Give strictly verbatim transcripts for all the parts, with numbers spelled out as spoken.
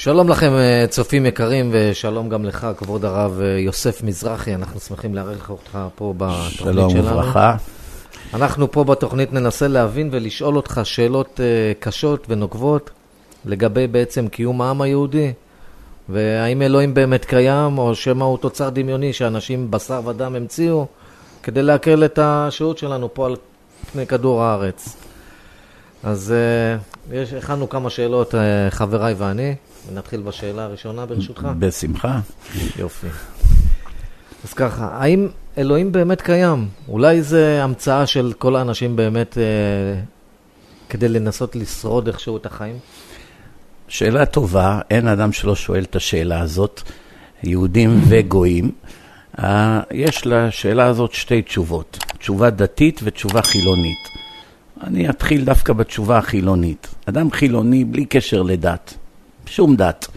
שלום לכם צופים יקרים, ושלום גם לך כבוד הרב יוסף מזרחי. אנחנו שמחים לארח אותך פה בתוכנית שלנו. שלום וברכה. אנחנו פה בתוכנית ננסה להבין ולשאול אותך שאלות קשות ונוקבות לגבי בעצם קיום העם היהודי, והאם אלוהים באמת קיים או שמה הוא תוצר דמיוני שאנשים בשר ודם המציאו כדי להקל את השהות שלנו פה על פני כדור הארץ. אז יש, הכנו כמה שאלות חבריי ואני, ונתחיל בשאלה הראשונה ברשותך. בשמחה. יופי. אז ככה, האם אלוהים באמת קיים? אולי זה המצאה של כל האנשים באמת אה, כדי לנסות לשרוד איכשהו את החיים? שאלה טובה, אין אדם שלא שואל את השאלה הזאת, יהודים וגויים. אה, יש לשאלה הזאת שתי תשובות, תשובה דתית ותשובה חילונית. אני אתחיל דווקא בתשובה החילונית. אדם חילוני בלי קשר לדת, שום דת.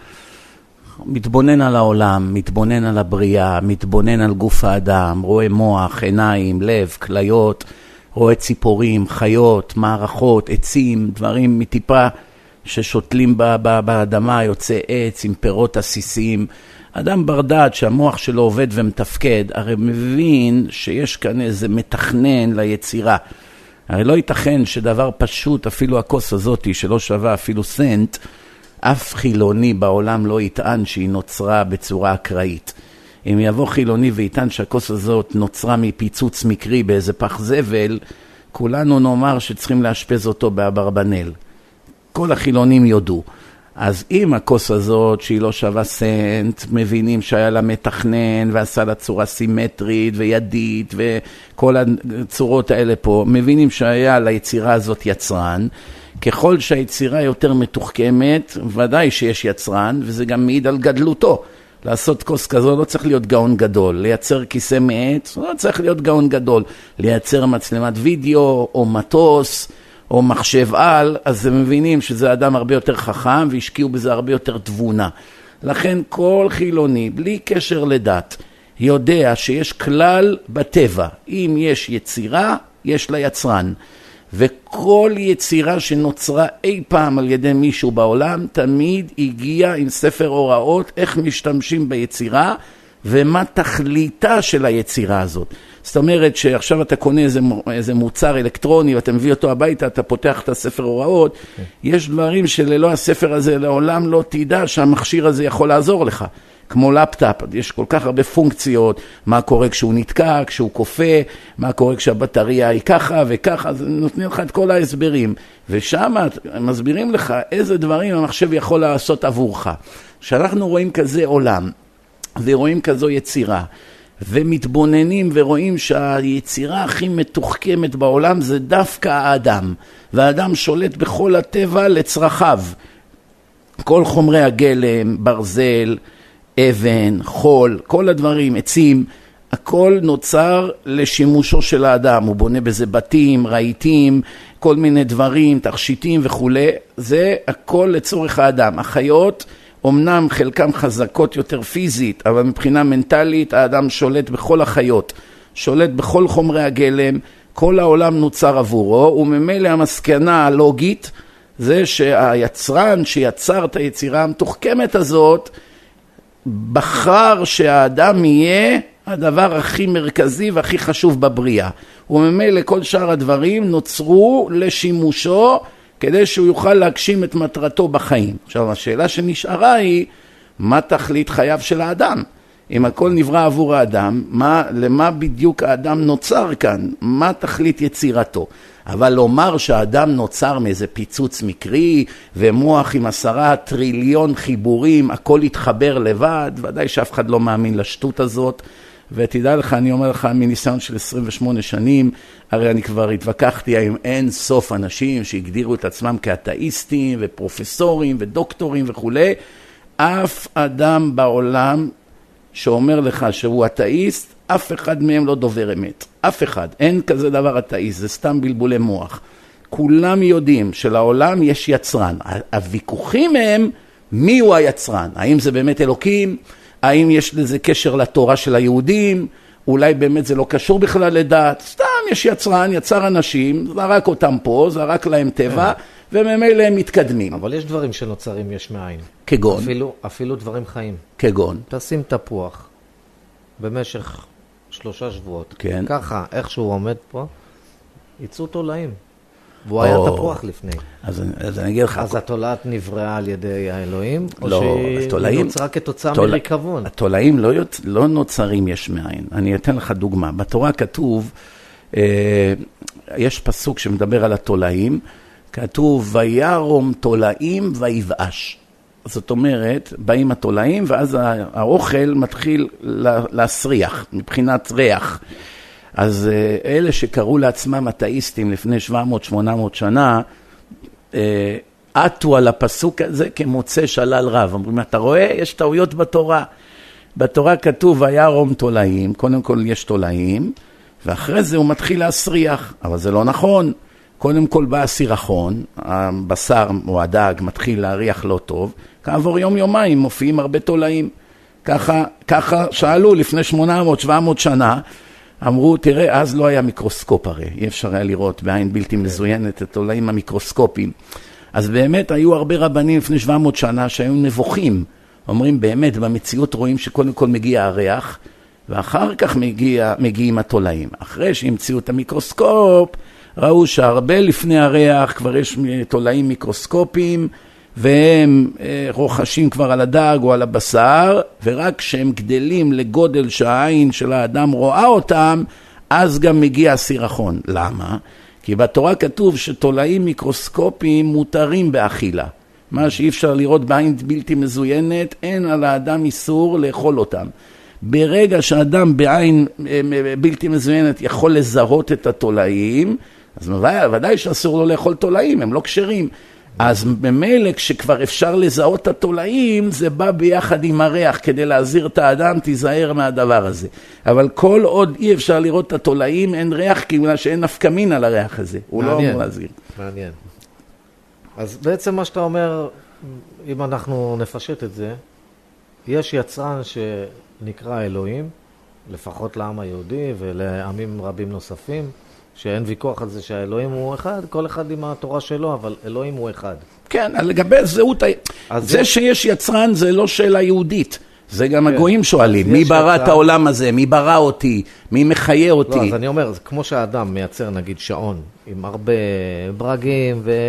מתבונן על העולם, מתבונן על הבריאה, מתבונן על גוף האדם, רואה מוח, עיניים, לב, כליות, רואה ציפורים, חיות, מערכות, עצים, דברים מטיפה ששותלים באדמה, יוצא עץ עם פירות עסיסיים. אדם בר דעת שהמוח שלו עובד ומתפקד, הרי מבין שיש כאן איזה מתכנן ליצירה. הרי לא ייתכן שדבר פשוט, אפילו הכוס הזאת שלא שווה אפילו סנט, אף חילוני בעולם לא יטען שהיא נוצרה בצורה אקראית. אם יבוא חילוני ויטען שהכוס הזאת נוצרה מפיצוץ מקרי באיזה פח זבל, כולנו נאמר שצריכים להשפז אותו באברבנל. כל החילונים יודו. אז אם הכוס הזאת שהיא לא שווה סנט, מבינים שהיה לה מתכנן ועשה לה צורה סימטרית וידית וכל הצורות האלה פה, מבינים שהיה ליצירה הזאת יצרן, ככל שהיצירה יותר מתוחכמת, ודאי שיש יצרן, וזה גם מעיד על גדלותו. לעשות כוס כזו לא צריך להיות גאון גדול, לייצר כיסא מעץ לא צריך להיות גאון גדול, לייצר מצלמת וידאו או מטוס או מחשב על, אז הם מבינים שזה אדם הרבה יותר חכם והשקיעו בזה הרבה יותר תבונה. לכן כל חילוני, בלי קשר לדת, יודע שיש כלל בטבע. אם יש יצירה, יש לה יצרן. וכל יצירה שנוצרה אי פעם על ידי מישהו בעולם, תמיד הגיעה עם ספר הוראות איך משתמשים ביצירה, ומה תכליתה של היצירה הזאת. זאת אומרת שעכשיו אתה קונה איזה, איזה מוצר אלקטרוני, ואתה מביא אותו הביתה, אתה פותח את הספר הוראות, okay. יש דברים שללא הספר הזה לעולם לא תדע שהמכשיר הזה יכול לעזור לך. כמו לפטאפ, יש כל כך הרבה פונקציות, מה קורה כשהוא נתקע, כשהוא קופא, מה קורה כשהבטריה היא ככה וככה, אז נותנים לך את כל ההסברים. ושם מסבירים לך איזה דברים המחשב יכול לעשות עבורך. כשאנחנו רואים כזה עולם, ורואים כזו יצירה, ומתבוננים ורואים שהיצירה הכי מתוחכמת בעולם זה דווקא האדם, והאדם שולט בכל הטבע לצרכיו. כל חומרי הגלם, ברזל, אבן, חול, כל הדברים, עצים, הכל נוצר לשימושו של האדם. הוא בונה בזה בתים, רהיטים, כל מיני דברים, תכשיטים וכו'. זה הכל לצורך האדם. החיות, אמנם חלקם חזקות יותר פיזית, אבל מבחינה מנטלית האדם שולט בכל החיות, שולט בכל חומרי הגלם, כל העולם נוצר עבורו, וממילא המסקנה הלוגית זה שהיצרן שיצר את היצירה המתוחכמת הזאת, בחר שהאדם יהיה הדבר הכי מרכזי והכי חשוב בבריאה. וממילא כל שאר הדברים נוצרו לשימושו, כדי שהוא יוכל להגשים את מטרתו בחיים. עכשיו, השאלה שנשארה היא, מה תכלית חייו של האדם? אם הכל נברא עבור האדם, מה, למה בדיוק האדם נוצר כאן? מה תכלית יצירתו? אבל לומר שהאדם נוצר מאיזה פיצוץ מקרי, ומוח עם עשרה טריליון חיבורים, הכל יתחבר לבד, ודאי שאף אחד לא מאמין לשטות הזאת. ותדע לך, אני אומר לך, מניסיון של עשרים ושמונה שנים, הרי אני כבר התווכחתי עם אין סוף אנשים שהגדירו את עצמם כאתאיסטים ופרופסורים ודוקטורים וכו'. אף אדם בעולם שאומר לך שהוא אתאיסט, אף אחד מהם לא דובר אמת. אף אחד. אין כזה דבר אתאיסט, זה סתם בלבולי מוח. כולם יודעים שלעולם יש יצרן. הוויכוחים הם מי הוא היצרן. האם זה באמת אלוקים? האם יש לזה קשר לתורה של היהודים? אולי באמת זה לא קשור בכלל לדת. סתם יש יצרן, יצר אנשים, זרק אותם פה, זרק להם טבע, וממילא הם מתקדמים. אבל יש דברים שנוצרים יש מאין. כגון? אפילו, אפילו דברים חיים. כגון? תשים תפוח במשך שלושה שבועות. כן. ככה, איך שהוא עומד פה, יצאו תולעים. והוא היה תפוח לפני. אז, אז אני אגיד לך... אז התולעת נבראה על ידי האלוהים, או לא, שהיא התולעים, נוצרה כתוצאה תול... מריקבון? התולעים לא, יוצ... לא נוצרים יש מאין. אני אתן לך דוגמה. בתורה כתוב, אה, יש פסוק שמדבר על התולעים, כתוב, וירום תולעים ויבאש. זאת אומרת, באים התולעים, ואז האוכל מתחיל להסריח, מבחינת ריח. אז אלה שקראו לעצמם אתאיסטים לפני שבע מאות שמונה מאות שנה, עטו על הפסוק הזה כמוצא שלל רב. אומרים, אתה רואה? יש טעויות בתורה. בתורה כתוב, וירום תולעים, קודם כל יש תולעים, ואחרי זה הוא מתחיל להסריח, אבל זה לא נכון. קודם כל בא הסירחון, הבשר או הדג מתחיל להריח לא טוב, כעבור יום יומיים מופיעים הרבה תולעים. ככה, ככה שאלו לפני שמונה מאות שבע מאות שנה, אמרו, תראה, אז לא היה מיקרוסקופ הרי, אי אפשר היה לראות בעין בלתי מזוינת את תולעים המיקרוסקופיים. אז באמת היו הרבה רבנים לפני שבע מאות שנה שהיו נבוכים. אומרים, באמת, במציאות רואים שקודם כל מגיע הריח, ואחר כך מגיע, מגיעים התולעים. אחרי שהמציאו את המיקרוסקופ, ראו שהרבה לפני הריח כבר יש תולעים מיקרוסקופיים, והם רוחשים כבר על הדג או על הבשר, ורק כשהם גדלים לגודל שהעין של האדם רואה אותם, אז גם מגיע הסירחון. למה? כי בתורה כתוב שתולעים מיקרוסקופיים מותרים באכילה. מה שאי אפשר לראות בעין בלתי מזוינת, אין על האדם איסור לאכול אותם. ברגע שאדם בעין בלתי מזוינת יכול לזהות את התולעים, אז ודאי שאסור לו לאכול תולעים, הם לא כשרים. אז במילא כשכבר אפשר לזהות את התולעים, זה בא ביחד עם הריח כדי להזהיר את האדם, תיזהר מהדבר הזה. אבל כל עוד אי אפשר לראות את התולעים, אין ריח, כי שאין נפקמין על הריח הזה. הוא לא אמור להזהיר. מעניין. אז בעצם מה שאתה אומר, אם אנחנו נפשט את זה, יש יצרן שנקרא אלוהים, לפחות לעם היהודי ולעמים רבים נוספים, שאין ויכוח על זה שהאלוהים הוא אחד, כל אחד עם התורה שלו, אבל אלוהים הוא אחד. כן, לגבי זהות, זה, זה שיש יצרן זה לא שאלה יהודית, זה גם כן. הגויים שואלים, מי ברא יצרן... את העולם הזה, מי ברא אותי, מי מחיה אותי. לא, אז אני אומר, זה כמו שהאדם מייצר נגיד שעון, עם הרבה ברגים ו...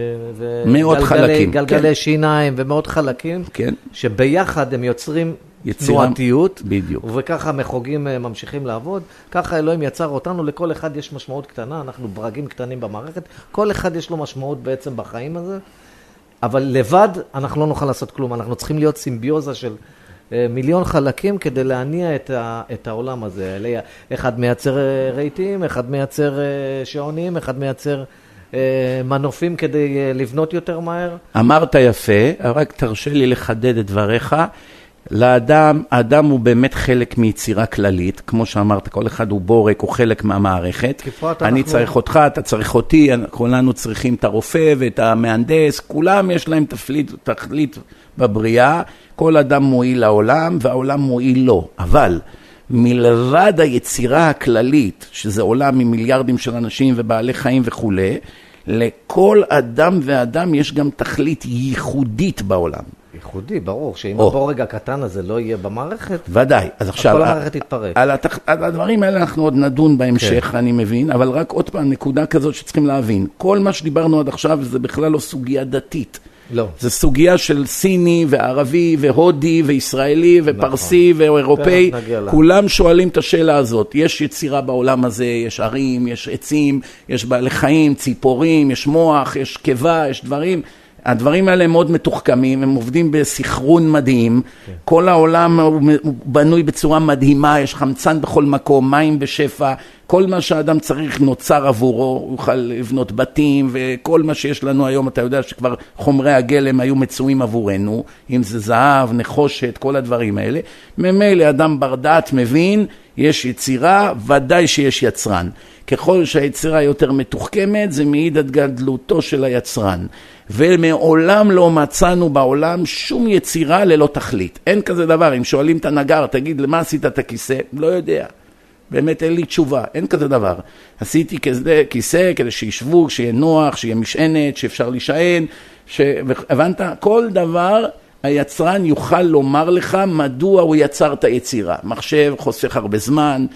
מאות וגלגלי, חלקים. גלגלי כן. שיניים ומאות חלקים, כן. שביחד הם יוצרים יצירה... תנועתיות, בדיוק. וככה מחוגים ממשיכים לעבוד. ככה אלוהים יצר אותנו, לכל אחד יש משמעות קטנה, אנחנו ברגים קטנים במערכת, כל אחד יש לו משמעות בעצם בחיים הזה, אבל לבד אנחנו לא נוכל לעשות כלום, אנחנו צריכים להיות סימביוזה של מיליון חלקים כדי להניע את, ה, את העולם הזה. אחד מייצר רהיטים, אחד מייצר שעונים, אחד מייצר מנופים כדי לבנות יותר מהר. אמרת יפה, רק תרשה לי לחדד את דבריך. לאדם, האדם הוא באמת חלק מיצירה כללית, כמו שאמרת, כל אחד הוא בורק, הוא חלק מהמערכת. אני אנחנו... צריך אותך, אתה צריך אותי, כולנו צריכים את הרופא ואת המהנדס, כולם יש להם תכלית, תכלית בבריאה, כל אדם מועיל לעולם והעולם מועיל לו, אבל מלבד היצירה הכללית, שזה עולם עם מיליארדים של אנשים ובעלי חיים וכו', לכל אדם ואדם יש גם תכלית ייחודית בעולם. ייחודי, ברור, שאם הבורג הקטן הזה לא יהיה במערכת, ודאי. אז עכשיו, כל המערכת תתפרק. על, התח... על הדברים האלה אנחנו עוד נדון בהמשך, כן. אני מבין, אבל רק עוד פעם, נקודה כזאת שצריכים להבין. כל מה שדיברנו עד עכשיו זה בכלל לא סוגיה דתית. לא. זה סוגיה של סיני וערבי והודי וישראלי ופרסי נכון. ואירופאי. כולם שואלים את השאלה הזאת. יש יצירה בעולם הזה, יש ערים, יש עצים, יש בעלי חיים, ציפורים, יש מוח, יש קבע, יש דברים. הדברים האלה מאוד מתוחכמים, הם עובדים בסכרון מדהים, כן. כל העולם הוא בנוי בצורה מדהימה, יש חמצן בכל מקום, מים בשפע, כל מה שהאדם צריך נוצר עבורו, הוא יוכל לבנות בתים, וכל מה שיש לנו היום, אתה יודע שכבר חומרי הגלם היו מצויים עבורנו, אם זה זהב, נחושת, כל הדברים האלה. ממילא אדם בר דעת מבין, יש יצירה, ודאי שיש יצרן. ככל שהיצירה יותר מתוחכמת, זה מעיד את גדלותו של היצרן. ומעולם לא מצאנו בעולם שום יצירה ללא תכלית. אין כזה דבר, אם שואלים את הנגר, תגיד, למה עשית את הכיסא? לא יודע. באמת אין לי תשובה, אין כזה דבר. עשיתי כזה, כיסא כדי שישבו, שיהיה נוח, שיהיה משענת, שאפשר להישען, ש... הבנת? כל דבר היצרן יוכל לומר לך מדוע הוא יצר את היצירה. מחשב חוסך הרבה זמן,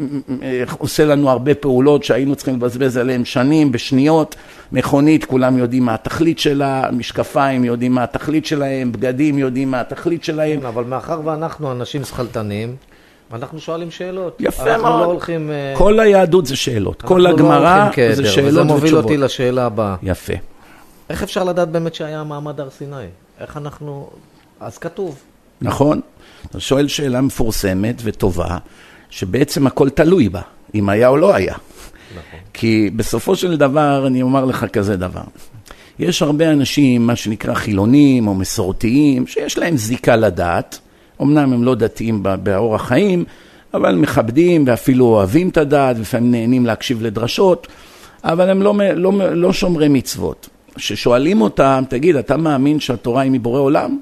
עושה לנו הרבה פעולות שהיינו צריכים לבזבז עליהם שנים, בשניות. מכונית, כולם יודעים מה התכלית שלה, משקפיים יודעים מה התכלית שלהם, בגדים יודעים מה התכלית שלהם. אבל מאחר ואנחנו אנשים שכלתנים, אנחנו שואלים שאלות. יפה אנחנו מאוד. לא הולכים... כל היהדות זה שאלות, כל הגמרא לא זה שאלות ותשובות. וזה מוביל אותי לשאלה הבאה. יפה. איך אפשר לדעת באמת שהיה מעמד הר סיני? איך אנחנו... אז כתוב. נכון. אתה שואל שאלה מפורסמת וטובה, שבעצם הכל תלוי בה, אם היה או לא היה. נכון. כי בסופו של דבר, אני אומר לך כזה דבר. יש הרבה אנשים, מה שנקרא חילונים או מסורתיים, שיש להם זיקה לדת, אמנם הם לא דתיים באורח חיים, אבל מכבדים ואפילו אוהבים את הדת, ולפעמים נהנים להקשיב לדרשות, אבל הם לא, לא, לא שומרי מצוות. ששואלים אותם, תגיד, אתה מאמין שהתורה היא מבורא עולם?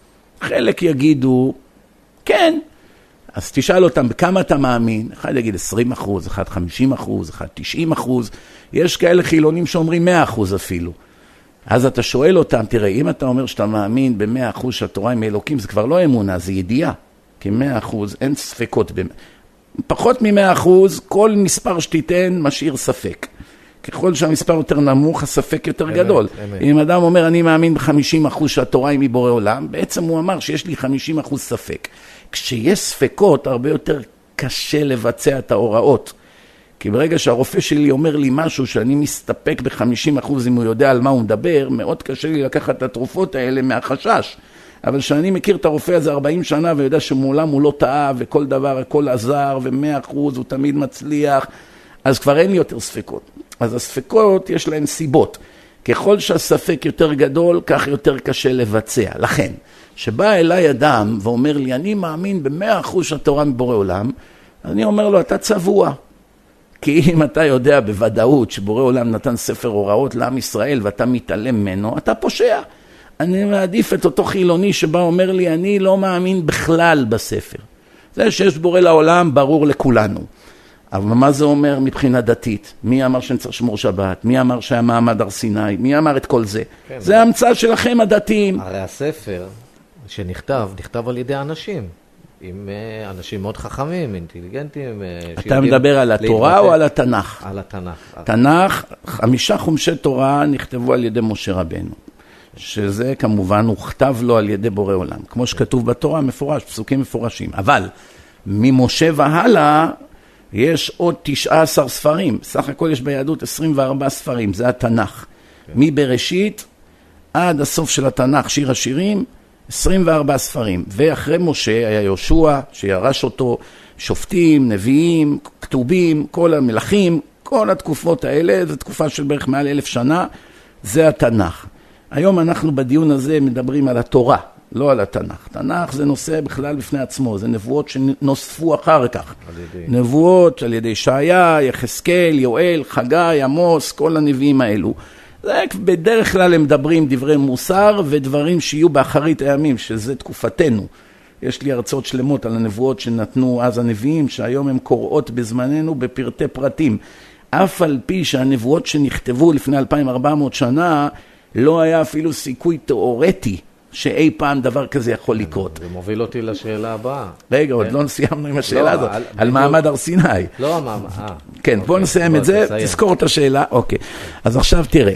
חלק יגידו, כן. אז תשאל אותם, בכמה אתה מאמין? אחד יגיד עשרים אחוז, אחד חמישים אחוז, אחד תשעים אחוז. יש כאלה חילונים שאומרים מאה אחוז אפילו. אז אתה שואל אותם, תראה, אם אתה אומר שאתה מאמין ב-מאה אחוז שהתורה היא מאלוקים, זה כבר לא אמונה, זה ידיעה. כי מאה אחוז אין ספקות. פחות מ-מאה אחוז, כל מספר שתיתן משאיר ספק. ככל שהמספר יותר נמוך, הספק יותר אמת, גדול. אמת. אם אדם אומר, אני מאמין ב-חמישים אחוז שהתורה היא מבורא עולם, בעצם הוא אמר שיש לי חמישים אחוז ספק. כשיש ספקות, הרבה יותר קשה לבצע את ההוראות. כי ברגע שהרופא שלי אומר לי משהו שאני מסתפק ב-חמישים אחוז אם הוא יודע על מה הוא מדבר, מאוד קשה לי לקחת את התרופות האלה מהחשש. אבל כשאני מכיר את הרופא הזה ארבעים שנה ויודע שמעולם הוא לא טעה וכל דבר, הכל עזר ו-מאה אחוז הוא תמיד מצליח, אז כבר אין לי יותר ספקות. אז הספקות יש להן סיבות. ככל שהספק יותר גדול, כך יותר קשה לבצע. לכן, שבא אליי אדם ואומר לי, אני מאמין ב-מאה אחוז שהתורה מבורא עולם, אני אומר לו, אתה צבוע. כי אם אתה יודע בוודאות שבורא עולם נתן ספר הוראות לעם ישראל ואתה מתעלם ממנו, אתה פושע. אני מעדיף את אותו חילוני שבא אומר לי, אני לא מאמין בכלל בספר. זה שיש בורא לעולם ברור לכולנו. אבל מה זה אומר מבחינה דתית? מי אמר שנצטרך שמור שבת? מי אמר שהיה מעמד הר סיני? מי אמר את כל זה? כן, זה ההמצאה שלכם הדתיים. הרי הספר שנכתב, נכתב על ידי אנשים. עם אנשים מאוד חכמים, אינטליגנטים. אתה מדבר על התורה להתבטא... או על התנ"ך? על התנ"ך. תנ"ך, חמישה חומשי תורה נכתבו על ידי משה רבנו. שזה כמובן הוכתב לו על ידי בורא עולם. כמו שכתוב בתורה, מפורש, פסוקים מפורשים. אבל ממשה והלאה, יש עוד תשעה עשר ספרים. סך הכל יש ביהדות עשרים וארבעה ספרים. זה התנ"ך. מבראשית עד הסוף של התנ"ך, שיר השירים, עשרים וארבעה ספרים. ואחרי משה היה יהושע, שירש אותו, שופטים, נביאים, כתובים, כל המלכים, כל התקופות האלה, זו תקופה של בערך מעל אלף שנה, זה התנ"ך. היום אנחנו בדיון הזה מדברים על התורה, לא על התנ"ך. תנ"ך זה נושא בכלל בפני עצמו, זה נבואות שנוספו אחר כך. נבואות על ידי ישעיה, יחזקאל, יואל, חגי, עמוס, כל הנביאים האלו. זה בדרך כלל הם מדברים דברי מוסר ודברים שיהיו באחרית הימים, שזה תקופתנו. יש לי הרצאות שלמות על הנבואות שנתנו אז הנביאים, שהיום הם קוראות בזמננו בפרטי פרטים. אף על פי שהנבואות שנכתבו לפני אלפיים וארבע מאות שנה, לא היה אפילו סיכוי תיאורטי שאי פעם דבר כזה יכול לקרות. זה מוביל אותי לשאלה הבאה. רגע, עוד לא סיימנו עם השאלה הזאת, על מעמד הר סיני. לא, המעמד, אה. כן, בואו נסיים את זה, תזכור את השאלה. אוקיי, אז עכשיו תראה.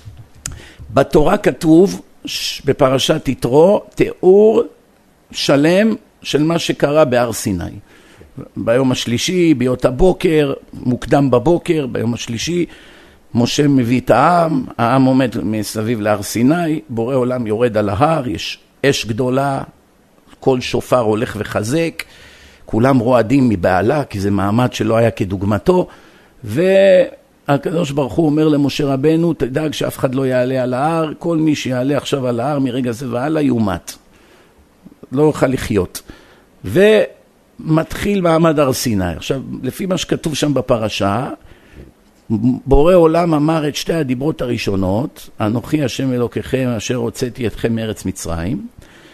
בתורה כתוב בפרשת יתרו, תיאור שלם של מה שקרה בהר סיני. ביום השלישי, ביות הבוקר, מוקדם בבוקר, ביום השלישי, משה מביא את העם, העם עומד מסביב להר סיני, בורא עולם יורד על ההר, יש אש גדולה, כל שופר הולך וחזק, כולם רועדים מבעלה, כי זה מעמד שלא היה כדוגמתו, והקדוש ברוך הוא אומר למשה רבנו, תדאג שאף אחד לא יעלה על ההר, כל מי שיעלה עכשיו על ההר מרגע זה ועלה יומת, לא יוכל לחיות. ומתחיל מעמד הר סיני. עכשיו, לפי מה שכתוב שם בפרשה, בורא עולם אמר את שתי הדיברות הראשונות, אנוכי השם אלוקיכם אשר הוצאתי אתכם מארץ מצרים,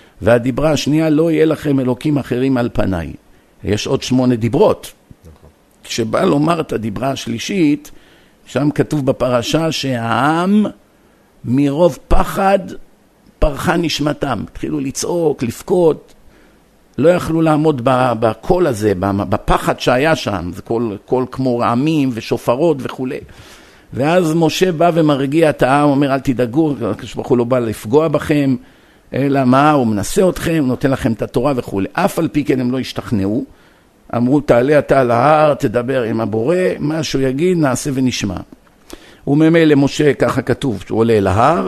והדיברה השנייה, לא יהיה לכם אלוקים אחרים על פניי. יש עוד שמונה דיברות. כשבא לומר את הדיברה השלישית, שם כתוב בפרשה שהעם מרוב פחד פרחה נשמתם. התחילו לצעוק, לפקוד, לא יכלו לעמוד בקול הזה, בפחד שהיה שם, זה קול, קול כמו רעמים ושופרות וכו'. ואז משה בא ומרגיע את העם, אומר אל תדאגו, כשבחו לא בא לפגוע בכם, אלא מה, הוא מנסה אתכם, הוא נותן לכם את התורה וכו'. אף על פי כן הם לא השתכנעו, אמרו תעלה אתה על ההר, תדבר עם הבורא, מה שהוא יגיד נעשה ונשמע. וממילא משה, ככה כתוב, שהוא עולה אל ההר,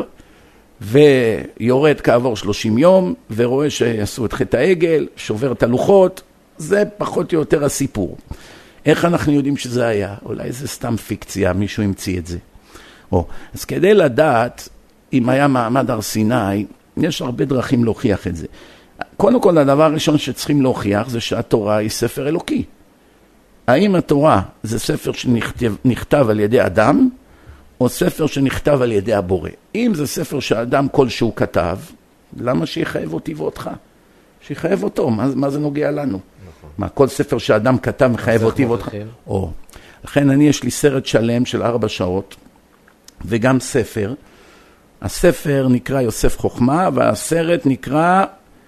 ויורד כעבור שלושים יום, ורואה שיעשו את חטא העגל, שובר את הלוחות, זה פחות או יותר הסיפור. איך אנחנו יודעים שזה היה? אולי זה סתם פיקציה, מישהו המציא את זה. או, אז כדי לדעת, אם היה מעמד הר סיני, יש הרבה דרכים להוכיח את זה. קודם כל, הדבר הראשון שצריכים להוכיח, זה שהתורה היא ספר אלוקי. האם התורה זה ספר שנכתב, נכתב על ידי אדם, או ספר שנכתב על ידי הבורא? אם זה ספר שאדם כלשהו כתב, למה שיחייב אותי ואותך? שיחייב אותו, מה, מה זה נוגע לנו? נכון. מה, כל ספר שאדם כתב מחייב אותי ואותך? או. לכן אני יש לי סרט שלם של ארבע שעות, וגם ספר. הספר נקרא יוסף חוכמה, והסרט נקרא,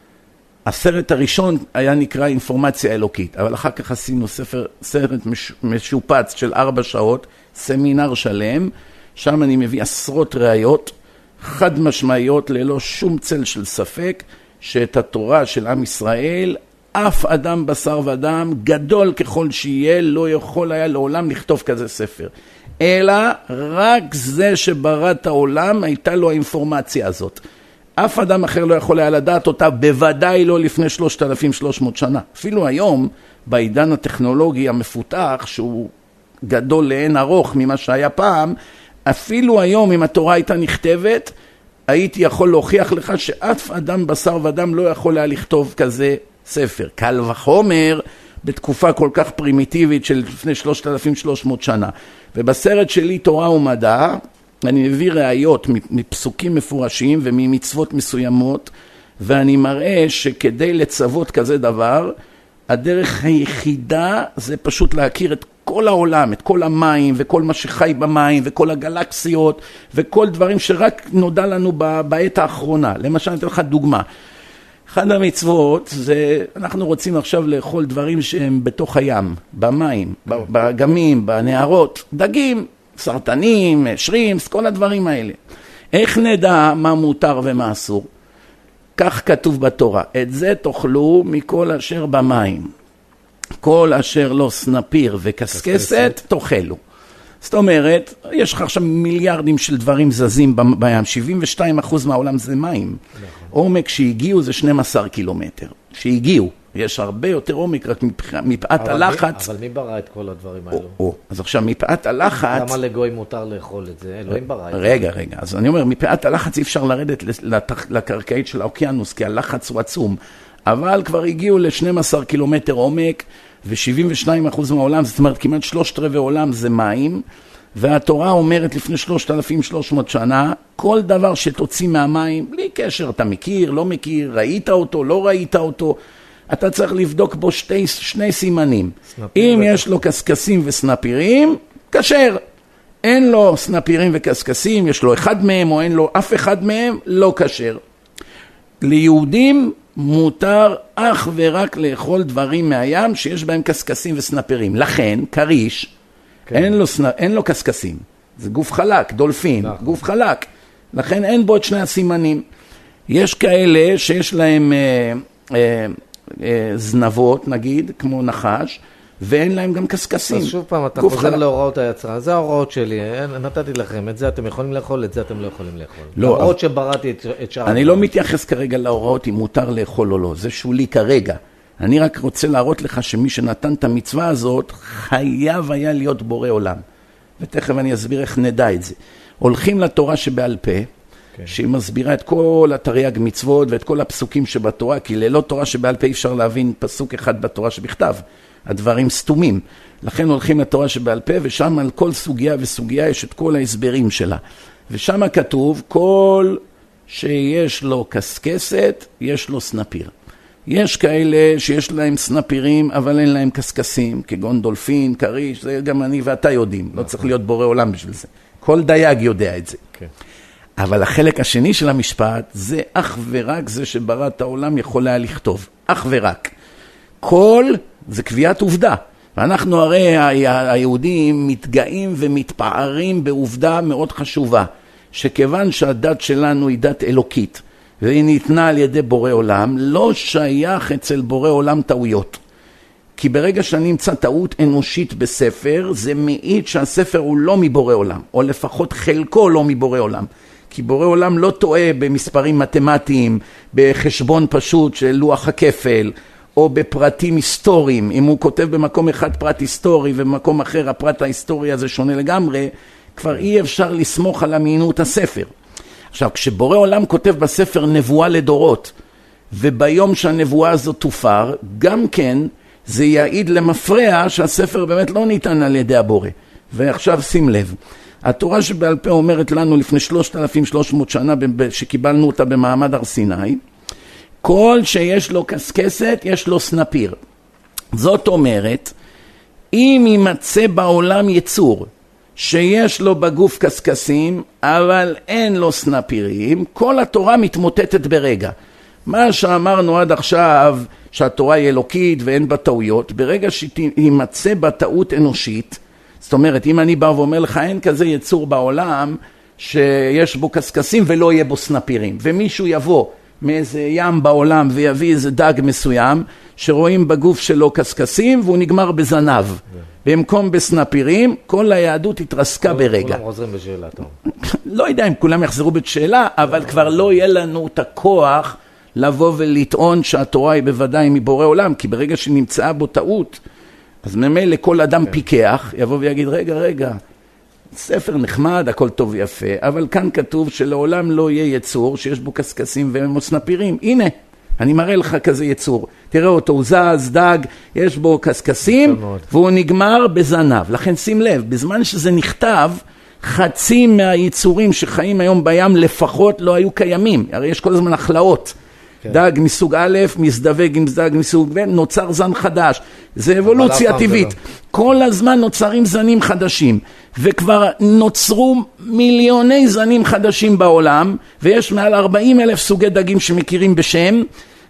הסרט הראשון היה נקרא אינפורמציה אלוקית, אבל אחר כך עשינו ספר, סרט מש, משופץ של ארבע שעות, סמינר שלם, שם אני מביא עשרות ראיות, חד משמעיות, ללא שום צל של ספק, שאת התורה של עם ישראל, אף אדם בשר ודם, גדול ככל שיהיה, לא יכול היה לעולם לכתוב כזה ספר. אלא רק זה שברא את העולם, הייתה לו האינפורמציה הזאת. אף אדם אחר לא יכול היה לדעת אותה, בוודאי לא לפני שלושת אלפים ושלוש מאות שנה. אפילו היום, בעידן הטכנולוגי המפותח, שהוא גדול לאין ארוך ממה שהיה פעם, אפילו היום אם התורה הייתה נכתבת, הייתי יכול להוכיח לך שאף אדם בשר ודם לא יכול היה לכתוב כזה ספר. קל וחומר בתקופה כל כך פרימיטיבית של לפני שלושת אלפים ושלוש מאות שנה. ובסרט שלי תורה ומדע, אני מביא ראיות מפסוקים מפורשים וממצוות מסוימות, ואני מראה שכדי לצוות כזה דבר, הדרך היחידה זה פשוט להכיר את כל העולם, את כל המים וכל מה שחי במים וכל הגלקסיות וכל דברים שרק נודע לנו בעת האחרונה. למשל, אני אתן לך דוגמה. אחד המצוות זה, אנחנו רוצים עכשיו לאכול דברים שהם בתוך הים, במים, באגמים, בנהרות, דגים, סרטנים, שרימפס, כל הדברים האלה. איך נדע מה מותר ומה אסור? כך כתוב בתורה, את זה תאכלו מכל אשר במים. כל אשר לא סנפיר וקסקסת תאכלו. זאת אומרת, יש לך עכשיו מיליארדים של דברים זזים בים, שבעים ושתיים אחוז מהעולם זה מים. עומק שהגיעו זה שנים עשר קילומטר. שהגיעו, יש הרבה יותר עומק רק מפאת הלחץ. אבל מי ברא את כל הדברים האלו? או, אז עכשיו מפאת הלחץ... למה לגוי מותר לאכול את זה? אלוהים ברא את זה. רגע, רגע, אז אני אומר, מפאת הלחץ אי אפשר לרדת לקרקעית של האוקיינוס, כי הלחץ הוא עצום. אבל כבר הגיעו ל-שנים עשר קילומטר עומק, ו-שבעים ושניים אחוז מהעולם, זאת אומרת, כמעט שלושת רבעי עולם זה מים, והתורה אומרת לפני שלושת אלפים ושלוש מאות שנה, כל דבר שתוציא מהמים, בלי קשר, אתה מכיר, לא מכיר, ראית אותו, לא ראית אותו, אתה צריך לבדוק בו שתי, שני סימנים. אם יש לו קסקסים וסנפירים, כשר. אין לו סנפירים וקסקסים, יש לו אחד מהם או אין לו אף אחד מהם, לא כשר. ליהודים מותר אך ורק לאכול דברים מהים שיש בהם קסקסים וסנפירים. לכן, קריש, כן. אין לו, אין לו קסקסים. זה גוף חלק, דולפין, נכון. גוף חלק. לכן אין בו את שני הסימנים. יש כאלה שיש להם אה, אה, אה, זנבות, נגיד, כמו נחש, ואין להם גם קסקסים. אז שוב פעם, אתה חוזר להוראות היצרה. זה ההוראות שלי, נתתי לכם. את זה אתם יכולים לאכול, את זה אתם לא יכולים לאכול. לא, ההוראות שבראתי את שאר... אני לא מתייחס כרגע להוראות אם מותר לאכול או לא. זה שולי כרגע. אני רק רוצה להראות לך שמי שנתן את המצווה הזאת, חייב היה להיות בורא עולם. ותכף אני אסביר איך נדע את זה. הולכים לתורה שבעל פה, okay. שהיא מסבירה את כל התרי"ג מצוות ואת כל הפסוקים שבתורה, כי ללא תורה שבעל פה אפשר להבין פסוק אחד בתורה שבכתב. הדברים סתומים. לכן הולכים לתורה שבעל פה, ושם על כל סוגיה וסוגיה יש את כל ההסברים שלה. ושם כתוב, כל שיש לו קסקסת, יש לו סנפיר. יש כאלה שיש להם סנפירים, אבל אין להם קסקסים, כגון דולפין, קריש, זה גם אני ואתה יודעים, לא צריך להיות בורא עולם בשביל זה. כל דייג יודע את זה. Okay. אבל החלק השני של המשפט, זה אך ורק זה שברא את העולם יכול היה לכתוב. אך ורק. כל זה קביעת עובדה. ואנחנו הרי היהודים מתגאים ומתפארים בעובדה מאוד חשובה, שכיוון שהדת שלנו היא דת אלוקית, והיא ניתנה על ידי בורא עולם, לא שייך אצל בורא עולם טעויות. כי ברגע שאני אמצא טעות אנושית בספר, זה מעיד שהספר הוא לא מבורא עולם, או לפחות חלקו לא מבורא עולם. כי בורא עולם לא טועה במספרים מתמטיים, בחשבון פשוט של לוח הכפל, או בפרטים היסטוריים. אם הוא כותב במקום אחד פרט היסטורי, ובמקום אחר הפרט ההיסטורי הזה שונה לגמרי, כבר אי אפשר לסמוך על אמינות הספר. עכשיו, כשבורא עולם כותב בספר נבואה לדורות, וביום שהנבואה הזאת תופר, גם כן זה יעיד למפרע שהספר באמת לא ניתן על ידי הבורא. ועכשיו שים לב, התורה שבעל פה אומרת לנו לפני שלושת אלפים ושלוש מאות שנה שקיבלנו אותה במעמד הר סיני, כל שיש לו קסקסת יש לו סנפיר. זאת אומרת, אם יימצא בעולם יצור שיש לו בגוף קסקסים, אבל אין לו סנפירים, כל התורה מתמוטטת ברגע. מה שאמרנו עד עכשיו, שהתורה היא אלוקית ואין בה טעויות, ברגע שימצא בה טעות אנושית, זאת אומרת, אם אני בא ואומר לך, אין כזה יצור בעולם שיש בו קסקסים ולא יהיה בו סנפירים, ומישהו יבוא מאיזה ים בעולם ויביא איזה דג מסוים, שרואים בגוף שלו קסקסים והוא נגמר בזנב. במקום בסנפירים, כל היהדות התרסקה ברגע. כולם חוזרים בשאלה, טוב. לא יודע אם כולם יחזרו בשאלה, אבל כבר לא יהיה לנו את הכוח לבוא ולטעון שהתורה היא בוודאי מבורא עולם, כי ברגע שנמצאה בו טעות, אז ממילא כל אדם פיקח, יבוא ויגיד, רגע, רגע, ספר נחמד, הכל טוב ויפה, אבל כאן כתוב שלעולם לא יהיה יצור שיש בו קסקסים ומסנפירים. הנה, אני מראה לך כזה יצור. תראה אותו, הוא זז, דג, יש בו קסקסים, והוא נגמר בזנב. לכן שים לב, בזמן שזה נכתב, חצי מהיצורים שחיים היום בים לפחות לא היו קיימים. הרי יש כל הזמן החלאות. כן. דג מסוג א', מזדווג עם דג מסוג ב', נוצר זן חדש. זה אבולוציה טבעית. לא. כל הזמן נוצרים זנים חדשים. וכבר נוצרו מיליוני זנים חדשים בעולם, ויש מעל ארבעים אלף סוגי דגים שמכירים בשם,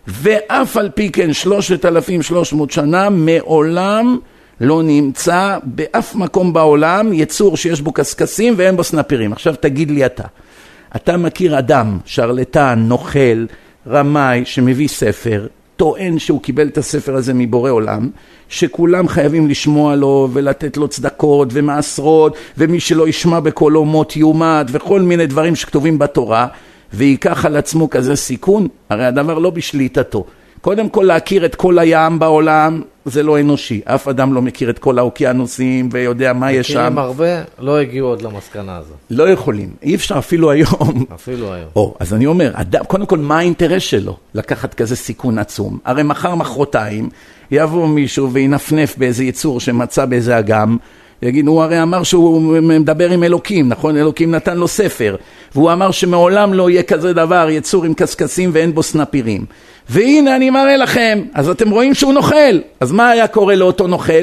ואף על פי כן שלושת אלפים ושלוש מאות שנה מעולם לא נמצא באף מקום בעולם יצור שיש בו קסקסים ואין בו סנפירים. עכשיו תגיד לי אתה, אתה מכיר אדם, שרלטן, נוכל, רמאי שמביא ספר, טוען שהוא קיבל את הספר הזה מבורא עולם, שכולם חייבים לשמוע לו ולתת לו צדקות ומעשרות, ומי שלא ישמע בקולו מות יומת, וכל מיני דברים שכתובים בתורה, ויקח על עצמו כזה סיכון? הרי הדבר לא בשליטתו. קודם כל להכיר את כל הים בעולם, זה לא אנושי. אף אדם לא מכיר את כל האוקיינוסים ויודע מה יש שם. מכירים הרבה, לא הגיעו עוד למסקנה הזו. לא יכולים. אי אפשר אפילו היום. אפילו היום. או, אז אני אומר, אדם, קודם כל, מה האינטרס שלו לקחת כזה סיכון עצום? הרי מחר מחרתיים יבוא מישהו וינפנף באיזה יצור שמצא באיזה אגם, יגיד, הוא הרי אמר שהוא מדבר עם אלוקים, נכון? אלוקים נתן לו ספר, והוא אמר שמעולם לא יהיה כזה דבר, יצור עם קסקסים ואין בו סנפירים. והנה אני מראה לכם, אז אתם רואים שהוא נוכל. אז מה היה קורה לאותו נוכל?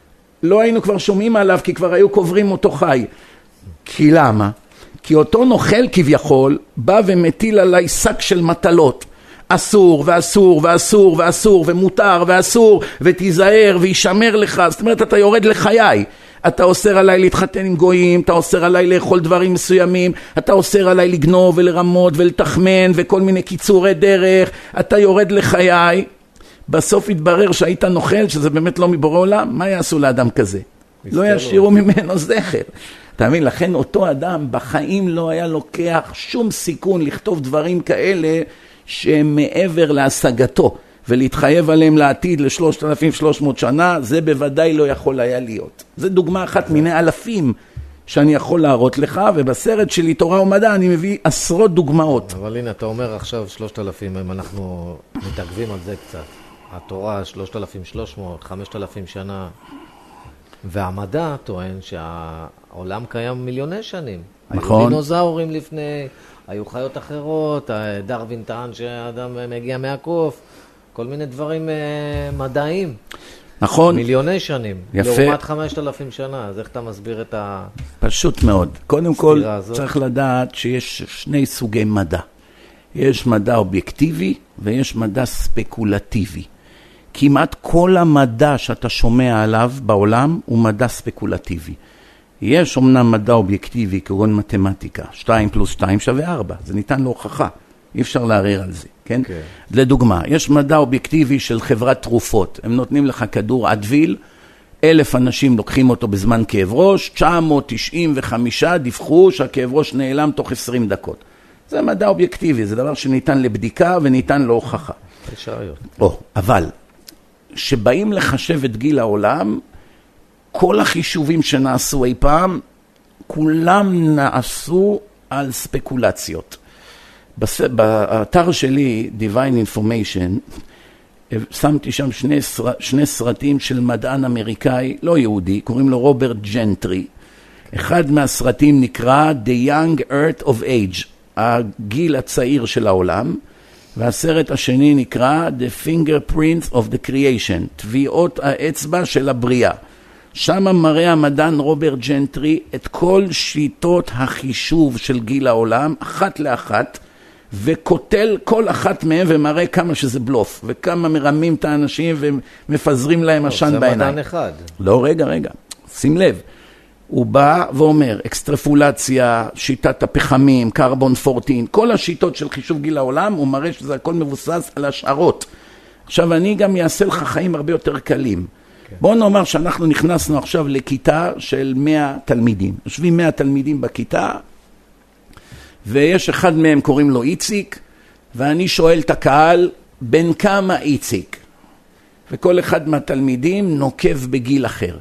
לא היינו כבר שומעים עליו, כי כבר היו קוברים אותו חי. כי למה? כי אותו נוכל כביכול, בא ומטיל עליי שק של מטלות. אסור ואסור ואסור ואסור ומותר ואסור ותיזהר וישמר לך. זאת אומרת, אתה יורד לחיי. אתה אוסר עליי להתחתן עם גויים, אתה אוסר עליי לאכול דברים מסוימים, אתה אוסר עליי לגנוב ולרמות ולתחמן וכל מיני קיצורי דרך, אתה יורד לחיי. בסוף התברר שהיית נוכל, שזה באמת לא מבורא עולם. מה יעשו לאדם כזה? לא ישירו ממנו זכר. אתה מבין? לכן אותו אדם בחיים לא היה לוקח שום סיכון לכתוב דברים כאלה שהם מעבר להשגתו, ולהתחייב עליהם לעתיד לשלושת אלפים ושלוש מאות שנה, זה בוודאי לא יכול היה להיות. זה דוגמה אחת מיני אלפים שאני יכול להראות לך, ובסרט שלי תורה ומדע אני מביא עשרות דוגמאות. אבל הנה, אתה אומר עכשיו שלושת אלפים, אם אנחנו מתעכבים על זה קצת. התורה שלושת אלפים ושלוש מאות, חמשת אלפים שנה, והמדע טוען שהעולם קיים מיליוני שנים. נכון. היו דינוזאורים לפני, היו חיות אחרות, דרווין טען שהאדם מגיע מהקוף, כל מיני דברים uh, מדעיים. נכון. מיליוני שנים. יפה. לעומת חמשת אלפים שנה, אז איך אתה מסביר את ה... פשוט מאוד. קודם כל, הזאת? צריך לדעת שיש שני סוגי מדע. יש מדע אובייקטיבי ויש מדע ספקולטיבי. כמעט כל המדע שאתה שומע עליו בעולם הוא מדע ספקולטיבי. יש אומנם מדע אובייקטיבי כגון מתמטיקה, שתיים פלוס שתיים שווה ארבע, זה ניתן להוכחה, אי אפשר לערער על זה, כן? Okay. לדוגמה, יש מדע אובייקטיבי של חברת תרופות, הם נותנים לך כדור אדוויל, אלף אנשים לוקחים אותו בזמן כאב ראש, תשע מאות תשעים וחמש דיווחו שהכאב ראש נעלם תוך עשרים דקות. זה מדע אובייקטיבי, זה דבר שניתן לבדיקה וניתן להוכחה. או, אבל, שבאים לחשב את גיל העולם, כל החישובים שנעשו אי פעם, כולם נעשו על ספקולציות. באתר שלי, Divine Information, שמתי שם שני, סר... שני סרטים של מדען אמריקאי, לא יהודי, קוראים לו רוברט ג'נטרי. אחד מהסרטים נקרא The Young Earth of Age, הגיל הצעיר של העולם, והסרט השני נקרא The Fingerprints of the Creation, טביעות האצבע של הבריאה. שם מראה המדען רוברט ג'נטרי את כל שיטות החישוב של גיל העולם, אחת לאחת, וכותל כל אחת מהם ומראה כמה שזה בלוף, וכמה מרמים את האנשים ומפזרים להם עשן בעיניים. זה מדען אחד. לא, רגע, רגע, שים לב. הוא בא ואומר, אקסטרפולציה, שיטת הפחמים, קרבון ארבע עשרה, כל השיטות של חישוב גיל העולם, הוא מראה שזה הכל מבוסס על השערות. עכשיו אני גם אעשה לך חיים הרבה יותר קלים. Okay. בואו נאמר שאנחנו נכנסנו עכשיו לכיתה של מאה תלמידים. יושבים מאה תלמידים בכיתה, ויש אחד מהם קוראים לו איציק, ואני שואל את הקהל, בין כמה איציק? וכל אחד מהתלמידים נוקב בגיל אחר.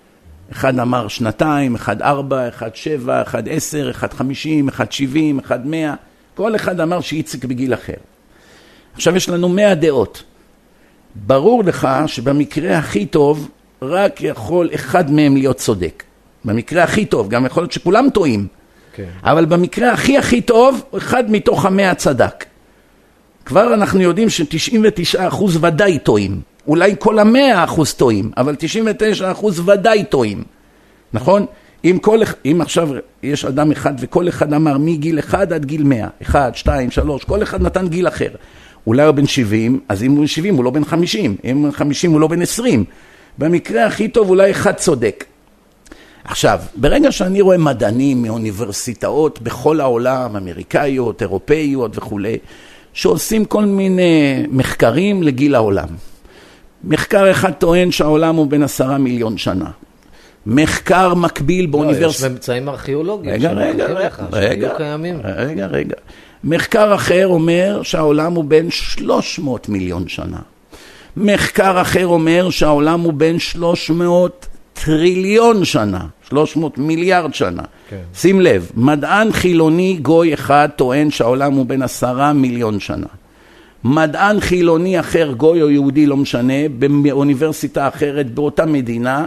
אחד אמר שנתיים, אחד ארבע, אחד שבע, אחד עשר, אחד חמישים, אחד שבעים, אחד מאה. כל אחד אמר שאיציק בגיל אחר. עכשיו יש לנו מאה דעות. ברור לך שבמקרה הכי טוב, רק יכול אחד מהם להיות צודק. במקרה הכי טוב, גם יכול להיות שכולם טועים. Okay. אבל במקרה הכי הכי טוב, אחד מתוך המאה צדק. כבר אנחנו יודעים ש-תשעים ותשעה אחוז ודאי טועים. אולי כל המאה אחוז טועים, אבל תשעים ותשעה אחוז ודאי טועים. נכון? אם, כל, אם עכשיו יש אדם אחד וכל אחד אמר מגיל אחד עד גיל מאה, אחד, שתיים, שלוש, כל אחד נתן גיל אחר. אולי הוא בן שבעים, אז אם הוא בן שבעים הוא לא בן חמישים, אם הוא בן חמישים הוא לא בן עשרים. במקרה הכי טוב אולי אחד צודק. עכשיו, ברגע שאני רואה מדענים מאוניברסיטאות בכל העולם, אמריקאיות, אירופאיות וכו', שעושים כל מיני מחקרים לגיל העולם. מחקר אחד טוען שהעולם הוא בין עשרה מיליון שנה. מחקר מקביל באוניברסיטה. יש ממצאים ארכיאולוגיים. רגע, רגע, רגע, רגע, רגע. מחקר אחר אומר שהעולם הוא בין שלוש מאות מיליון שנה. מחקר אחר אומר שהעולם הוא בין שלוש מאות טריליון שנה. שלוש מאות מיליארד שנה. כן. שים לב, מדען חילוני גוי אחד טוען שהעולם הוא בין עשרה מיליון שנה. מדען חילוני אחר, גוי או יהודי, לא משנה, באוניברסיטה אחרת, באותה מדינה,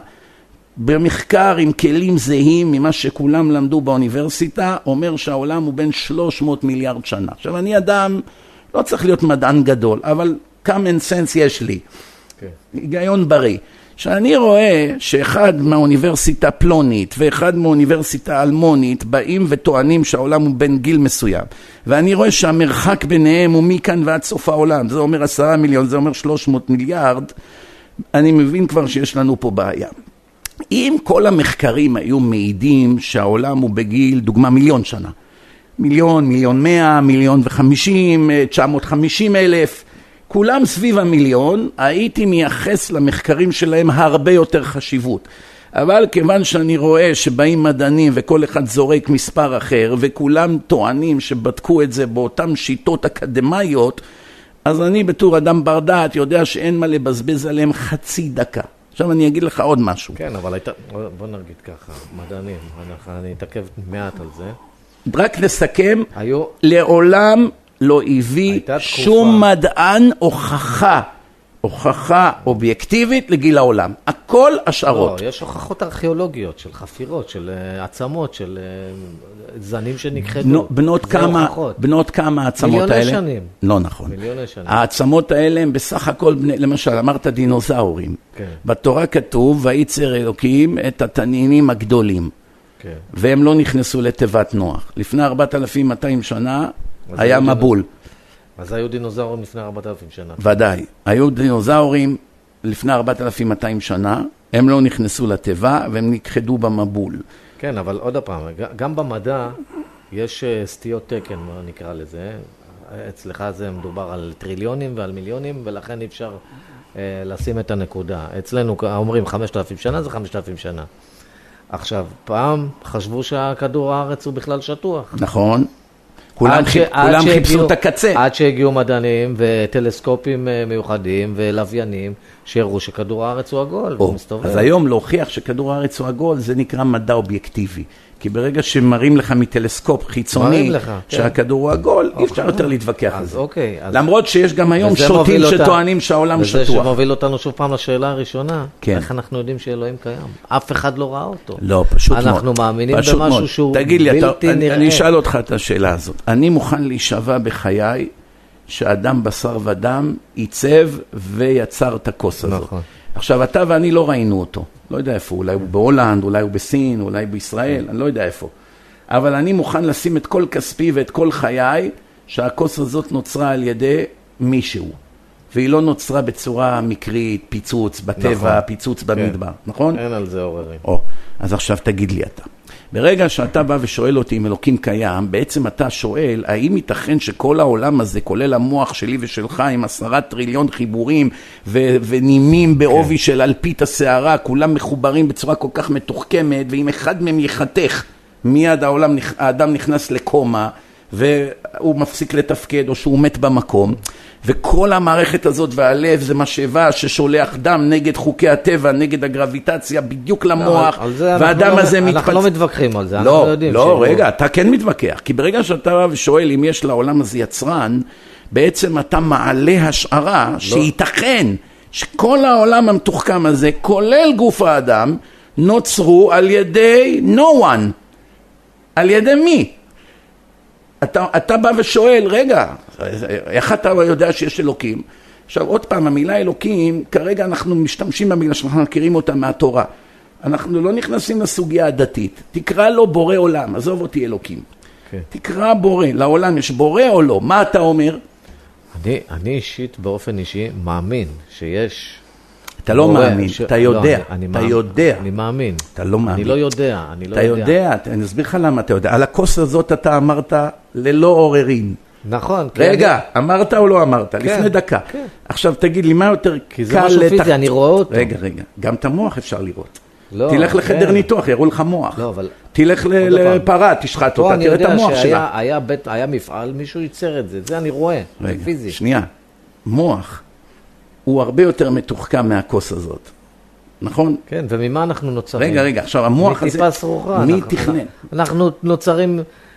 במחקר עם כלים זהים ממה שכולם למדו באוניברסיטה, אומר שהעולם הוא בין שלוש מאות מיליארד שנה. עכשיו, אני אדם, לא צריך להיות מדען גדול, אבל common sense יש לי. Okay. היגיון בריא. שאני רואה שאחד מהאוניברסיטה פלונית ואחד מהאוניברסיטה אלמונית באים וטוענים שהעולם הוא בין גיל מסוים. ואני רואה שהמרחק ביניהם הוא מכאן ועד סוף העולם. זה אומר עשרה מיליון, זה אומר שלוש מאות מיליארד. אני מבין כבר שיש לנו פה בעיה. אם כל המחקרים היו מעידים שהעולם הוא בגיל, דוגמה, מיליון שנה. מיליון, מיליון מאה, מיליון וחמישים, תשע מאות וחמישים אלף. כולם סביב המיליון, הייתי מייחס למחקרים שלהם הרבה יותר חשיבות. אבל כיוון שאני רואה שבאים מדענים וכל אחד זורק מספר אחר, וכולם טוענים שבדקו את זה באותן שיטות אקדמיות, אז אני בתור אדם בר דעת יודע שאין מה לבזבז עליהם חצי דקה. עכשיו אני אגיד לך עוד משהו. כן, אבל היית, בוא נגיד ככה, מדענים, אני אתעכב מעט על זה. רק נסכם, היו... לעולם לא הביא שום מדען הוכחה הוכחה אובייקטיבית לגיל העולם. הכל השערות. לא, יש הוכחות ארכיאולוגיות של חפירות, של uh, עצמות, של uh, זנים שנכחדו. בנות כמה, בנות כמה העצמות האלה? מיליוני שנים. לא נכון. מיליוני שנים. העצמות האלה הם בסך הכל, בני, למשל, אמרת דינוזאורים. כן. בתורה כתוב, וייצר אלוקים את התנינים הגדולים. כן. והם לא נכנסו לתיבת נוח. לפני ארבעת אלפים ומאתיים שנה היה מבול. אז היו דינוזאורים לפני ארבעת אלפים שנה. ודאי. היו דינוזאורים לפני ארבעת אלפים ומאתיים שנה, הם לא נכנסו לתיבה והם נכחדו במבול. כן, אבל עוד הפעם, גם במדע יש סטיות תקן, מה נקרא לזה. אצלך זה מדובר על טריליונים ועל מיליונים, ולכן אי אפשר אה, לשים את הנקודה. אצלנו אומרים חמשת אלפים שנה, זה חמשת אלפים שנה. עכשיו, פעם חשבו שהכדור הארץ הוא בכלל שטוח. נכון. כולם, ש... כולם חיפשו את הקצה. עד שהגיעו מדענים וטלסקופים מיוחדים ולוויינים שהראו שכדור הארץ הוא עגול. או, אז היום להוכיח שכדור הארץ הוא עגול זה נקרא מדע אובייקטיבי. כי ברגע שמראים לך מטלסקופ חיצוני לך, שהכדור הוא עגול, אוקיי. אי אפשר יותר להתווכח על זה. אוקיי, אז... למרות שיש גם היום שוטים שטוענים אותה... שהעולם וזה שטוח. וזה שמוביל אותנו שוב פעם לשאלה הראשונה. כן. איך אנחנו יודעים שאלוהים קיים? אף אחד לא ראה אותו. לא, פשוט מאוד. אנחנו מאמינים במשהו מאוד. שהוא תגיד לי, בלתי אתה, נראה. אני אשאל אותך את השאלה הזאת. אני מוכן להישבע בחיי שאדם בשר ודם ייצב ויצר את הכוס הזאת. נכון. עכשיו, אתה ואני לא ראינו אותו. לא יודע איפה, אולי הוא בהולנד, אולי הוא בסין, אולי בישראל, אני לא יודע איפה. אבל אני מוכן לשים את כל כספי ואת כל חיי, שהכוס הזאת נוצרה על ידי מישהו. והיא לא נוצרה בצורה מקרית, פיצוץ בטבע, נכון. פיצוץ במדבר, כן. נכון? אין על זה עוררים. או, אז עכשיו תגיד לי אתה. ברגע שאתה בא ושואל אותי אם אלוקים קיים, בעצם אתה שואל, האם ייתכן שכל העולם הזה, כולל המוח שלי ושלך, עם עשרה טריליון חיבורים ו- ונימים בעובי כן. של אלפית השערה, כולם מחוברים בצורה כל כך מתוחכמת, ואם אחד מהם יחתך, מיד העולם, האדם נכנס לקומה, והוא מפסיק לתפקד, או שהוא מת במקום, וכל המערכת הזאת והלב זה משאבה ששולח דם נגד חוקי הטבע, נגד הגרביטציה, בדיוק למוח, והאדם הזה מתפצ... אנחנו לא מתווכחים על זה, אנחנו לא יודעים. לא, רגע, אתה כן מתווכח, כי ברגע שאתה שואל אם יש לעולם הזה יצרן, בעצם אתה מעלה השערה שייתכן שכל העולם המתוחכם הזה, כולל גוף האדם, נוצרו על ידי no one. על ידי מי? אתה, אתה בא ושואל, רגע, איך אתה יודע שיש אלוקים? עכשיו, עוד פעם, המילה אלוקים, כרגע אנחנו משתמשים במילה שאנחנו מכירים אותה מהתורה. אנחנו לא נכנסים לסוגיה הדתית. תקרא לו בורא עולם, עזוב אותי אלוקים. Okay. תקרא בורא, לעולם יש בורא או לא? מה אתה אומר? אני, אני אישית, באופן אישי, מאמין שיש... אתה לא מאמין, אתה יודע, אתה יודע. אני מאמין. אתה לא מאמין. אני לא יודע, אני לא יודע. אתה יודע, אני אסביר לך למה אתה יודע. על הכוס הזאת אתה אמרת ללא עוררין. נכון. רגע, אמרת או לא אמרת? לפני דקה. עכשיו תגיד לי, מה יותר קל... כי זה משהו פיזי, אני רואה אותו. רגע, רגע, גם את המוח אפשר לראות. תלך לחדר ניתוח, יראו לך מוח. לא, אבל... תלך לפרה, תשחט אותה, תראה את המוח שלה. היה מפעל, מישהו ייצר את זה, זה אני רואה, פיזי. שנייה, מוח. הוא הרבה יותר מתוחכם מהכוס הזאת. נכון? כן, וממה אנחנו נוצרים? רגע, רגע, עכשיו המוח הזה... מטיפה סרוחה. מי תכנן? אנחנו נוצרים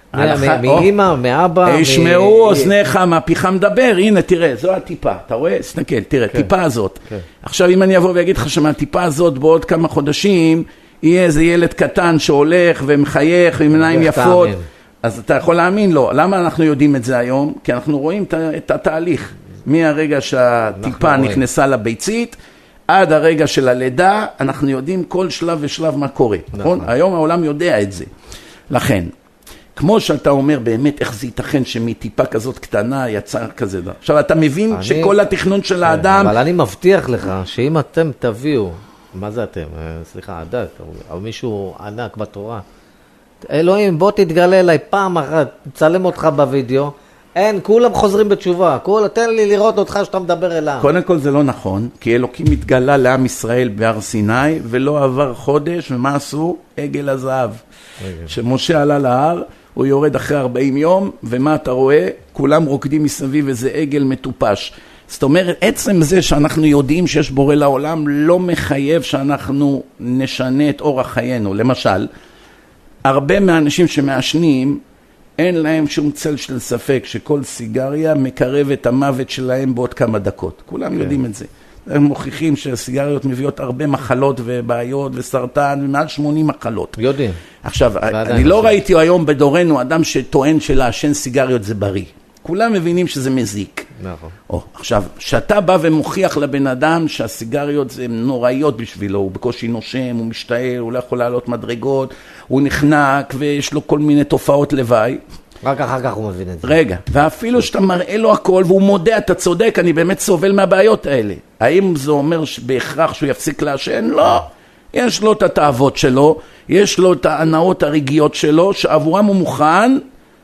מאמא, מאבא... ישמעו אוזניך, מהפיך מדבר, הנה תראה, זו הטיפה, אתה רואה? סתכל, תראה, טיפה הזאת. עכשיו אם אני אבוא ואגיד לך שמהטיפה הזאת בעוד כמה חודשים, יהיה איזה ילד קטן שהולך ומחייך עם עיניים יפות, אז אתה יכול להאמין לו. למה אנחנו יודעים את זה היום? כי אנחנו רואים את התהליך. מהרגע שהטיפה נכנסה לביצית, עד הרגע של הלידה, אנחנו יודעים כל שלב ושלב מה קורה. נכון? היום העולם יודע את זה. לכן, כמו שאתה אומר באמת איך זה ייתכן שמטיפה כזאת קטנה יצר כזה דבר. עכשיו אתה מבין שכל התכנון של האדם... אבל אני מבטיח לך שאם אתם תביאו, מה זה אתם? סליחה, הדת, או מישהו ענק בתורה, אלוהים בוא תתגלה אליי פעם אחת, תצלם אותך בווידאו, אין, כולם חוזרים בתשובה. כול, תן לי לראות אותך שאתה מדבר אליו. קודם כל זה לא נכון, כי אלוקים התגלה לעם ישראל בהר סיני, ולא עבר חודש, ומה עשו? עגל הזהב. שמשה עלה להר, הוא יורד אחרי ארבעים יום, ומה אתה רואה? כולם רוקדים מסביב איזה עגל מטופש. זאת אומרת, עצם זה שאנחנו יודעים שיש בורא לעולם, לא מחייב שאנחנו נשנה את אורח חיינו. למשל, הרבה מהאנשים שמעשנים, אין להם שום צל של ספק שכל סיגריה מקרב את המוות שלהם בעוד כמה דקות. כולם כן. יודעים את זה. הם מוכיחים שהסיגריות מביאות הרבה מחלות ובעיות וסרטן, ומעל שמונים מחלות. יודעים. עכשיו, אני לא ראיתי היום בדורנו אדם שטוען שלעשן סיגריות זה בריא. כולם מבינים שזה מזיק. נכון. או, עכשיו, שאתה בא ומוכיח לבן אדם שהסיגריות זה נוראיות בשבילו, הוא בקושי נושם, הוא משתעל, הוא לא יכול לעלות מדרגות, הוא נחנק ויש לו כל מיני תופעות לוואי. רק אחר כך הוא מבין את זה. רגע, ואפילו שאתה מראה לו הכל והוא מודה, אתה צודק, אני באמת סובל מהבעיות האלה. האם זה אומר בהכרח שהוא יפסיק לעשן? לא. יש לו את התאוות שלו, יש לו את ההנאות הרגעיות שלו, שעבורם הוא מוכן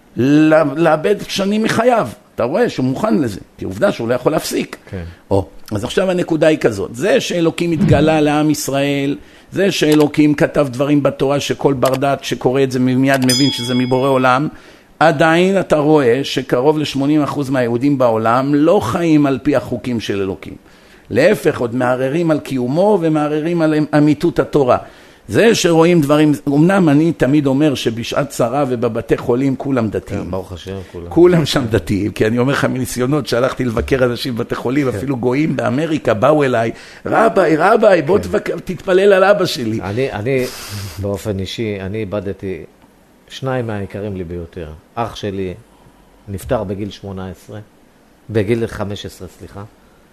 לאבד שנים מחייו. אתה רואה שהוא מוכן לזה, כי עובדה שהוא לא יכול להפסיק. כן. או, אז עכשיו הנקודה היא כזאת, זה שאלוקים התגלה לעם ישראל, זה שאלוקים כתב דברים בתורה שכל בר דעת שקורא את זה מיד מבין שזה מבורא עולם, עדיין אתה רואה שקרוב ל-שמונים אחוז מהיהודים בעולם לא חיים על פי החוקים של אלוקים. להפך, עוד מערערים על קיומו ומערערים על אמיתות התורה. זה שרואים דברים, אמנם אני תמיד אומר שבשעת צרה ובבתי חולים כולם דתיים. כן, ברוך השם, כולם. כולם שם דתיים, כי אני אומר לך מניסיונות שהלכתי לבקר אנשים בבתי חולים, כן. אפילו גויים באמריקה באו אליי, רבי, רבי, בוא כן. תתפלל על אבא שלי. אני, אני, באופן אישי, אני איבדתי שניים מהעיקרים לי ביותר. אח שלי נפטר בגיל שמונה עשרה, בגיל חמש עשרה, סליחה,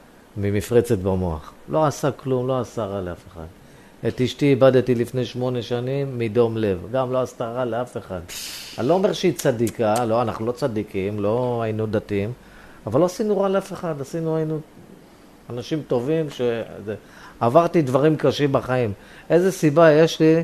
ממפרצת במוח. לא עשה כלום, לא עשה רע לאף אחד. את אשתי איבדתי לפני שמונה שנים מדום לב, גם לא עשתה רע לאף אחד. אני לא אומר שהיא צדיקה, לא, אנחנו לא צדיקים, לא היינו דתיים, אבל לא עשינו רע לאף אחד, עשינו, היינו אנשים טובים, שעברתי דברים קשים בחיים. איזה סיבה יש לי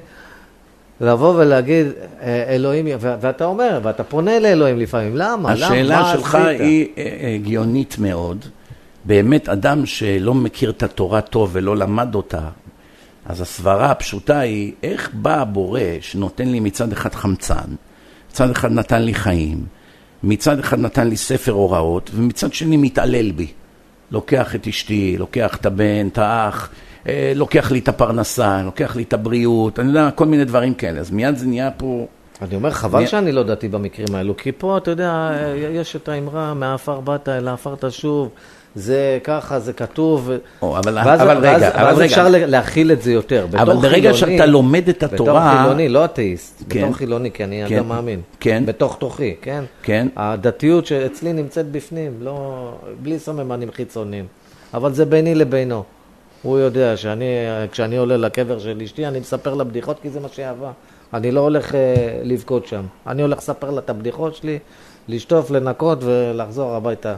לבוא ולהגיד, אלוהים, ואתה אומר, ואתה פונה לאלוהים לפעמים, למה? השאלה למה? שלך היא הגיונית מאוד. באמת אדם שלא מכיר את התורה טוב ולא למד אותה, אז הסברה הפשוטה היא, איך בא הבורא שנותן לי מצד אחד חמצן, מצד אחד נתן לי חיים, מצד אחד נתן לי ספר הוראות, ומצד שני מתעלל בי. לוקח את אשתי, לוקח את הבן, את האח, לוקח לי את הפרנסה, לוקח לי את הבריאות, אני יודע, כל מיני דברים כאלה. אז מיד זה נהיה פה... אני אומר, חבל נהיה... שאני לא דעתי במקרים האלו, כי פה, אתה יודע, יש את האמרה, מהאפר באת אל האפר תשוב, זה ככה, זה כתוב, או, אבל, ואז, אבל ואז, רגע, ואז אבל אפשר רגע. להכיל את זה יותר. אבל ברגע חילוני, שאתה לומד את התורה... בתור חילוני, לא אתאיסט, כן, בתור חילוני, כי אני כן, אדם מאמין. כן. בתוך תוכי, כן? כן. הדתיות שאצלי נמצאת בפנים, לא, בלי סממנים חיצוניים. אבל זה ביני לבינו. הוא יודע שאני, כשאני עולה לקבר של אשתי, אני מספר לה בדיחות, כי זה מה שאהבה. אני לא הולך אה, לבכות שם. אני הולך לספר לה את הבדיחות שלי, לשטוף, לנקות ולחזור הביתה.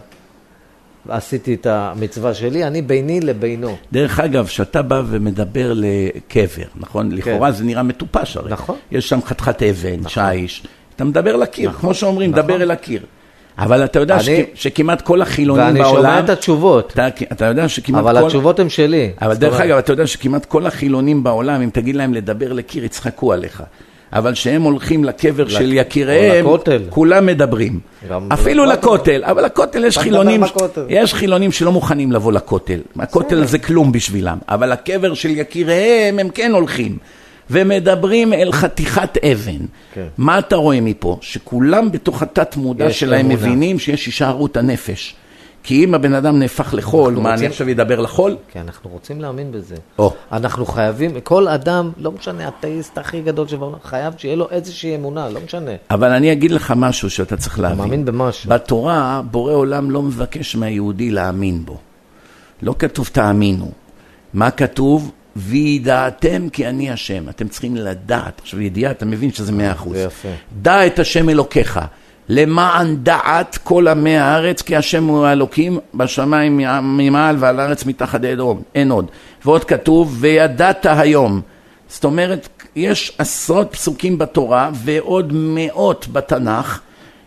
עשיתי את המצווה שלי, אני ביני לבינו. דרך אגב, שאתה בא ומדבר לקבר, נכון? כן. לכאורה זה נראה מטופש הרי. נכון. יש שם חתיכת אבן, נכון. שיש. אתה מדבר לקיר, נכון. כמו שאומרים, נכון. דבר אל הקיר. אבל אתה יודע אני... שכמעט כל החילונים ואני בעולם... ואני שומע את התשובות. אתה, אתה יודע שכמעט אבל כל... התשובות הן שלי. אבל דרך אגב, אתה יודע שכמעט כל החילונים בעולם, אם תגיד להם לדבר לקיר, יצחקו עליך. אבל שהם הולכים לקבר לק... של יקיריהם, כולם מדברים. אפילו לכותל, אבל לכותל יש חילונים, יש חילונים שלא מוכנים לבוא לכותל. הכותל זה כלום בשבילם, אבל הקבר של יקיריהם הם כן הולכים. ומדברים אל חתיכת אבן. כן. מה אתה רואה מפה? שכולם בתוך התת מודע שלהם אמונה. מבינים שיש הישארות הנפש. כי אם הבן אדם נהפך לחול, מה רוצים... אני עכשיו ידבר לחול? כי אנחנו רוצים להאמין בזה. Oh. אנחנו חייבים, כל אדם, לא משנה, האתאיסט הכי גדול שבעולם, חייב שיהיה לו איזושהי אמונה, לא משנה. אבל אני אגיד לך משהו שאתה צריך להבין. מאמין במשהו. בתורה, בורא עולם לא מבקש מהיהודי להאמין בו. לא כתוב תאמינו. מה כתוב? וידעתם כי אני השם. אתם צריכים לדעת. עכשיו ידיעה, אתה מבין שזה מאה אחוז. זה יפה. דע את השם אלוקיך. למען דעת כל עמי הארץ, כי השם הוא האלוקים בשמיים ממעל ועל הארץ מתחת אדום. אין עוד. ועוד כתוב, וידעת היום. זאת אומרת, יש עשרות פסוקים בתורה ועוד מאות בתנ"ך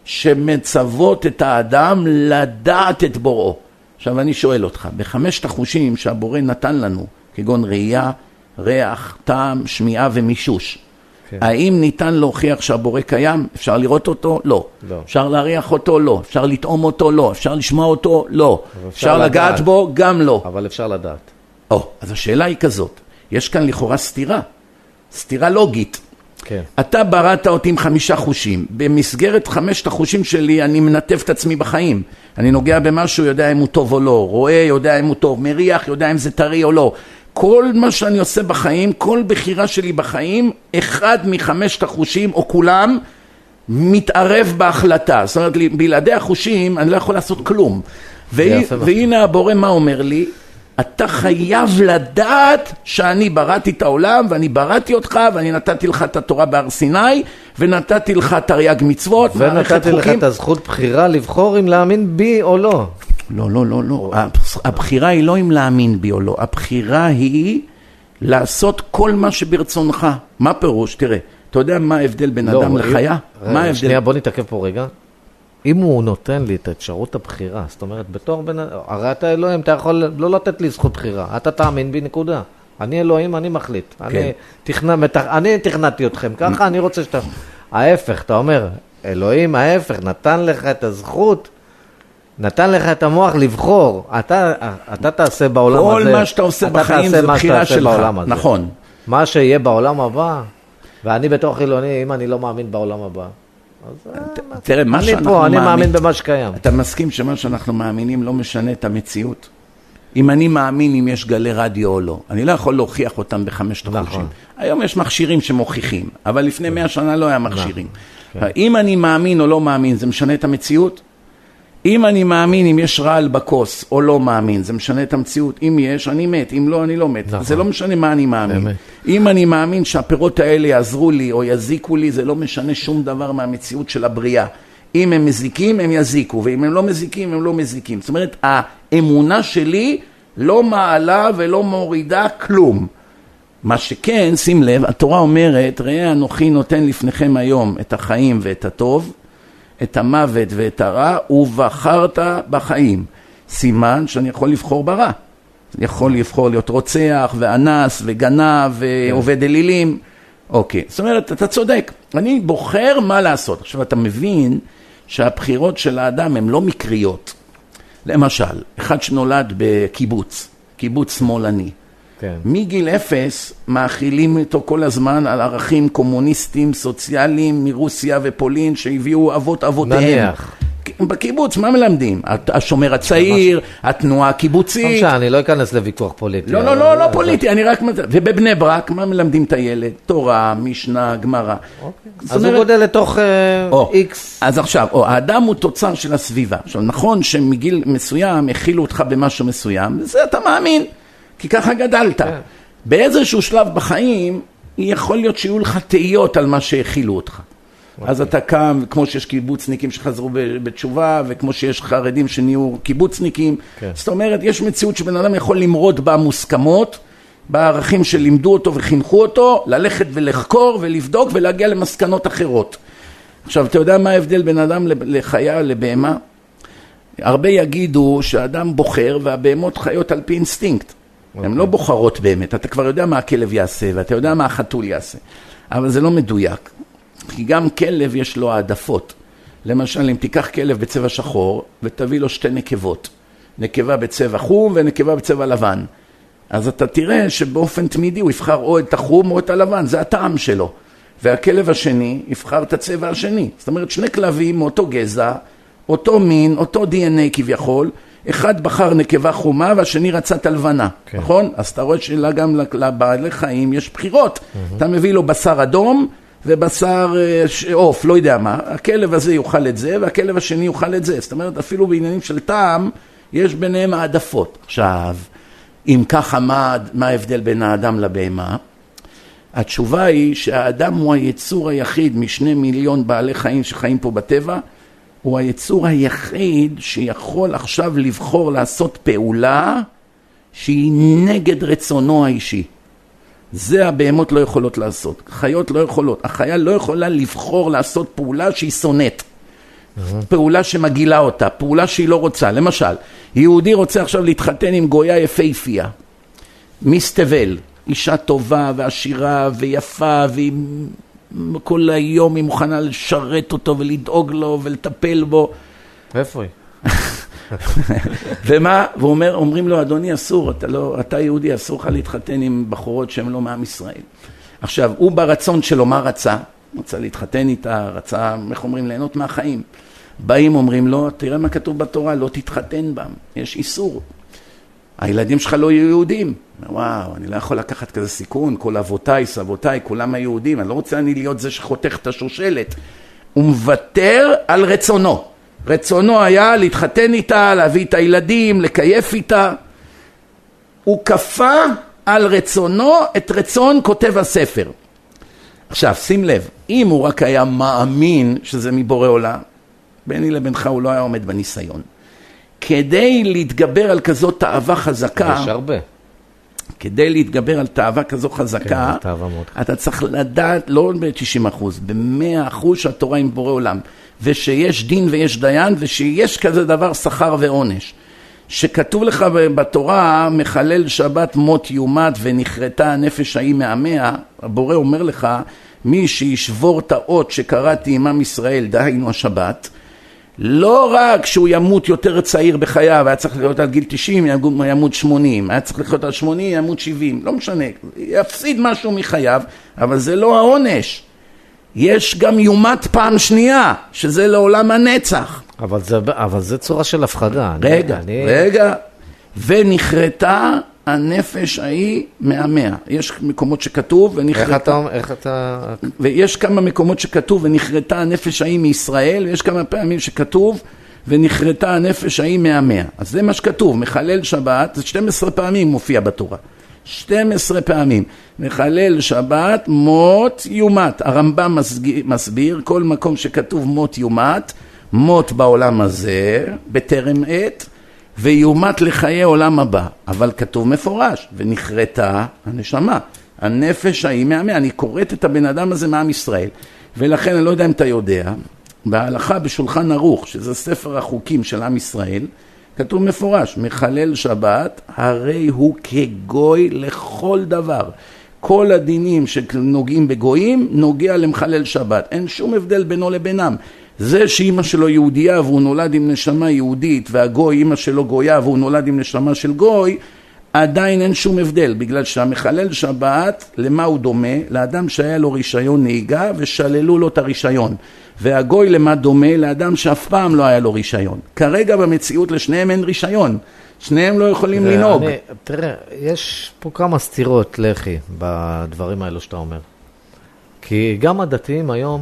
שמצוות את האדם לדעת את בוראו. עכשיו אני שואל אותך, בחמשת החושים שהבורא נתן לנו, כגון ראייה, ריח, טעם, שמיעה ומישוש. כן. האם ניתן להוכיח שהבורא קיים? אפשר לראות אותו? לא. לא. אפשר להריח אותו? לא. אפשר לטעום אותו? לא. אפשר לשמוע אותו? לא. אפשר, אפשר לגעת בו? גם לא. אבל אפשר לדעת. או, אז השאלה היא כזאת. יש כאן לכאורה סתירה. סתירה לוגית. כן. אתה בראת אותי עם חמישה חושים. במסגרת חמשת החושים שלי אני מנתב את עצמי בחיים. אני נוגע במשהו, יודע אם הוא טוב או לא. רואה, יודע אם הוא טוב. מריח, יודע אם זה טרי או לא. כל מה שאני עושה בחיים, כל בחירה שלי בחיים, אחד מחמשת החושים או כולם מתערב בהחלטה. זאת אומרת, בלעדי החושים אני לא יכול לעשות כלום. והנה הבורא מה אומר לי? אתה חייב לדעת שאני בראתי את העולם ואני בראתי אותך ואני נתתי לך את התורה בהר סיני ונתתי לך תרי"ג מצוות ונתתי לך את הזכות בחירה לבחור אם להאמין בי או לא. לא, לא, לא, לא. הבחירה היא לא אם להאמין בי או לא. הבחירה היא לעשות כל מה שברצונך. מה פירוש? תראה, אתה יודע מה ההבדל בין אדם לחיה? מה ההבדל? שנייה, בוא נתעכב פה רגע. אם הוא נותן לי את אפשרות הבחירה, זאת אומרת, בתור בן... הרי אתה אלוהים, אתה יכול לא לתת לי זכות בחירה. אתה תאמין בי, נקודה. אני אלוהים, אני מחליט. כן. אני, תכנע, אני תכנעתי אתכם. ככה אני רוצה שאתה... ההפך, אתה אומר, אלוהים, ההפך, נתן לך את הזכות, נתן לך את המוח לבחור. אתה, אתה תעשה בעולם כל הזה. כל מה שאתה עושה בחיים זה בחירה שלך. נכון. מה שיהיה בעולם הבא, ואני בתור חילוני, אם אני לא מאמין בעולם הבא, תראה, מה שאנחנו מאמין, אני מאמין במה שקיים. אתה מסכים שמה שאנחנו מאמינים לא משנה את המציאות? אם אני מאמין אם יש גלי רדיו או לא, אני לא יכול להוכיח אותם בחמשת החושים. היום יש מכשירים שמוכיחים, אבל לפני מאה שנה לא היה מכשירים. אם אני מאמין או לא מאמין, זה משנה את המציאות? אם אני מאמין אם יש רעל בכוס או לא מאמין, זה משנה את המציאות. אם יש, אני מת. אם לא, אני לא מת. זה לא משנה מה אני מאמין. אם אני מאמין שהפירות האלה יעזרו לי או יזיקו לי, זה לא משנה שום דבר מהמציאות של הבריאה. אם הם מזיקים, הם יזיקו, ואם הם לא מזיקים, הם לא מזיקים. זאת אומרת, האמונה שלי לא מעלה ולא מורידה כלום. מה שכן, שים לב, התורה אומרת, ראה אנוכי נותן לפניכם היום את החיים ואת הטוב, את המוות ואת הרע, ובחרת בחיים. סימן שאני יכול לבחור ברע. אני יכול לבחור להיות רוצח ואנס וגנב ועובד אלילים. אוקיי, זאת אומרת, אתה צודק. אני בוחר מה לעשות. עכשיו, אתה מבין שהבחירות של האדם הן לא מקריות. למשל, אחד שנולד בקיבוץ, קיבוץ שמאלני. כן. מגיל אפס מאכילים אותו כל הזמן על ערכים קומוניסטיים, סוציאליים, מרוסיה ופולין, שהביאו אבות אבותיהם. נניח. בקיבוץ, מה מלמדים? השומר הצעיר, התנועה הקיבוצית. אני לא אכנס לוויכוח פוליטי. לא, לא, לא, לא פוליטי, אני רק... ובבני ברק, מה מלמדים את הילד? תורה, משנה, גמרא. אז הוא גודל לתוך איקס. אז עכשיו, האדם הוא תוצר של הסביבה. עכשיו, נכון שמגיל מסוים הכילו אותך במשהו מסוים, וזה אתה מאמין. כי ככה גדלת. כן. באיזשהו שלב בחיים, יכול להיות שיהיו לך תהיות על מה שהכילו אותך. Okay. אז אתה קם, כמו שיש קיבוצניקים שחזרו בתשובה, וכמו שיש חרדים שנהיו קיבוצניקים. Okay. זאת אומרת, יש מציאות שבן אדם יכול למרוד בה מוסכמות, בערכים שלימדו אותו וחינכו אותו, ללכת ולחקור ולבדוק ולהגיע למסקנות אחרות. עכשיו, אתה יודע מה ההבדל בין אדם לחיה לבהמה? הרבה יגידו שהאדם בוחר והבהמות חיות על פי אינסטינקט. Okay. הן לא בוחרות באמת, אתה כבר יודע מה הכלב יעשה, ואתה יודע מה החתול יעשה. אבל זה לא מדויק, כי גם כלב יש לו העדפות. למשל, אם תיקח כלב בצבע שחור, ותביא לו שתי נקבות. נקבה בצבע חום ונקבה בצבע לבן. אז אתה תראה שבאופן תמידי הוא יבחר או את החום או את הלבן, זה הטעם שלו. והכלב השני יבחר את הצבע השני. זאת אומרת, שני כלבים מאותו גזע, אותו מין, אותו די אן איי כביכול, אחד בחר נקבה חומה והשני רצה את הלבנה, כן. נכון? אז אתה רואה שגם לבעלי חיים יש בחירות. Mm-hmm. אתה מביא לו בשר אדום ובשר עוף, לא יודע מה. הכלב הזה יאכל את זה והכלב השני יאכל את זה. זאת אומרת, אפילו בעניינים של טעם, יש ביניהם העדפות. עכשיו, אם ככה, מה, מה ההבדל בין האדם לבהמה? התשובה היא שהאדם הוא היצור היחיד משני מיליון בעלי חיים שחיים פה בטבע, הוא היצור היחיד שיכול עכשיו לבחור לעשות פעולה שהיא נגד רצונו האישי. זה הבהמות לא יכולות לעשות. חיות לא יכולות. החיה לא יכולה לבחור לעשות פעולה שהיא שונאת. Mm-hmm. פעולה שמגילה אותה, פעולה שהיא לא רוצה. למשל, יהודי רוצה עכשיו להתחתן עם גויה יפהפייה. מסתבל, אישה טובה ועשירה ויפה והיא... כל היום היא מוכנה לשרת אותו ולדאוג לו ולטפל בו. איפה היא? ומה? והוא אומר, אומרים לו, אדוני אסור, אתה, לא, אתה יהודי, אסור לך להתחתן עם בחורות שהן לא מעם ישראל. עכשיו, הוא ברצון שלו, מה רצה? רצה להתחתן איתה, רצה, איך אומרים, ליהנות מהחיים. באים, אומרים לו, תראה מה כתוב בתורה, לא תתחתן בם, יש איסור. הילדים שלך לא יהיו יהודים. וואו, אני לא יכול לקחת כזה סיכון, כל אבותיי, סבותיי, כולם היהודים, אני לא רוצה אני להיות זה שחותך את השושלת. הוא מוותר על רצונו. רצונו היה להתחתן איתה, להביא את הילדים, לקייף איתה. הוא כפה על רצונו את רצון כותב הספר. עכשיו, שים לב, אם הוא רק היה מאמין שזה מבורא עולם, ביני לבינך הוא לא היה עומד בניסיון. כדי להתגבר על כזאת תאווה חזקה, יש הרבה. כדי להתגבר על תאווה כזו חזקה, כן, תאווה מאוד. אתה צריך לדעת, לא ב-תשעים אחוז, ב-מאה אחוז שהתורה עם בורא עולם, ושיש דין ויש דיין, ושיש כזה דבר שכר ועונש. שכתוב לך בתורה, מחלל שבת מות יומת ונחרטה הנפש ההיא מהמאה, הבורא אומר לך, מי שישבור את האות שקראתי עמם ישראל, דהיינו השבת, לא רק שהוא ימות יותר צעיר בחייו, היה צריך לחיות על גיל תשעים, ימות שמונים, היה צריך לחיות על שמונים, ימות שבעים, לא משנה, יפסיד משהו מחייו, אבל זה לא העונש. יש גם יומת פעם שנייה, שזה לעולם הנצח. אבל זה, אבל זה צורה של הפחדה. רגע, אני... רגע. ונחרטה הנפש ההיא מהמאה. יש מקומות שכתוב ונחרטה... איך אתה... איך אתה... ויש כמה מקומות שכתוב ונחרטה הנפש ההיא מישראל, ויש כמה פעמים שכתוב ונחרטה הנפש ההיא מהמאה. אז זה מה שכתוב, מחלל שבת, זה שתים עשרה פעמים מופיע בתורה. שתים עשרה פעמים. מחלל שבת, מות יומת. הרמב"ם מסביר, כל מקום שכתוב מות יומת, מות בעולם הזה, בטרם עת, ויומת לחיי עולם הבא. אבל כתוב מפורש, ונחרטה הנשמה. הנפש ההיא מהמאה. אני קוראת את הבן אדם הזה מעם ישראל. ולכן אני לא יודע אם אתה יודע, בהלכה בשולחן ערוך, שזה ספר החוקים של עם ישראל, כתוב מפורש, מחלל שבת, הרי הוא כגוי לכל דבר. כל הדינים שנוגעים בגויים, נוגע למחלל שבת. אין שום הבדל בינו לבינם. זה שאמא שלו יהודייה והוא נולד עם נשמה יהודית, והגוי אמא שלו גויה והוא נולד עם נשמה של גוי, עדיין אין שום הבדל, בגלל שהמחלל שבת, למה הוא דומה? לאדם שהיה לו רישיון נהיגה ושללו לו את הרישיון. והגוי למה דומה? לאדם שאף פעם לא היה לו רישיון. כרגע במציאות לשניהם אין רישיון. שניהם לא יכולים לנהוג. אני, תראה, יש פה כמה סתירות לחי בדברים האלו שאתה אומר. כי גם הדתיים היום,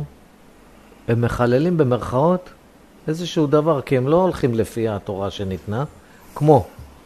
הם מחללים במרכאות איזשהו דבר, כי הם לא הולכים לפי התורה שניתנה, כמו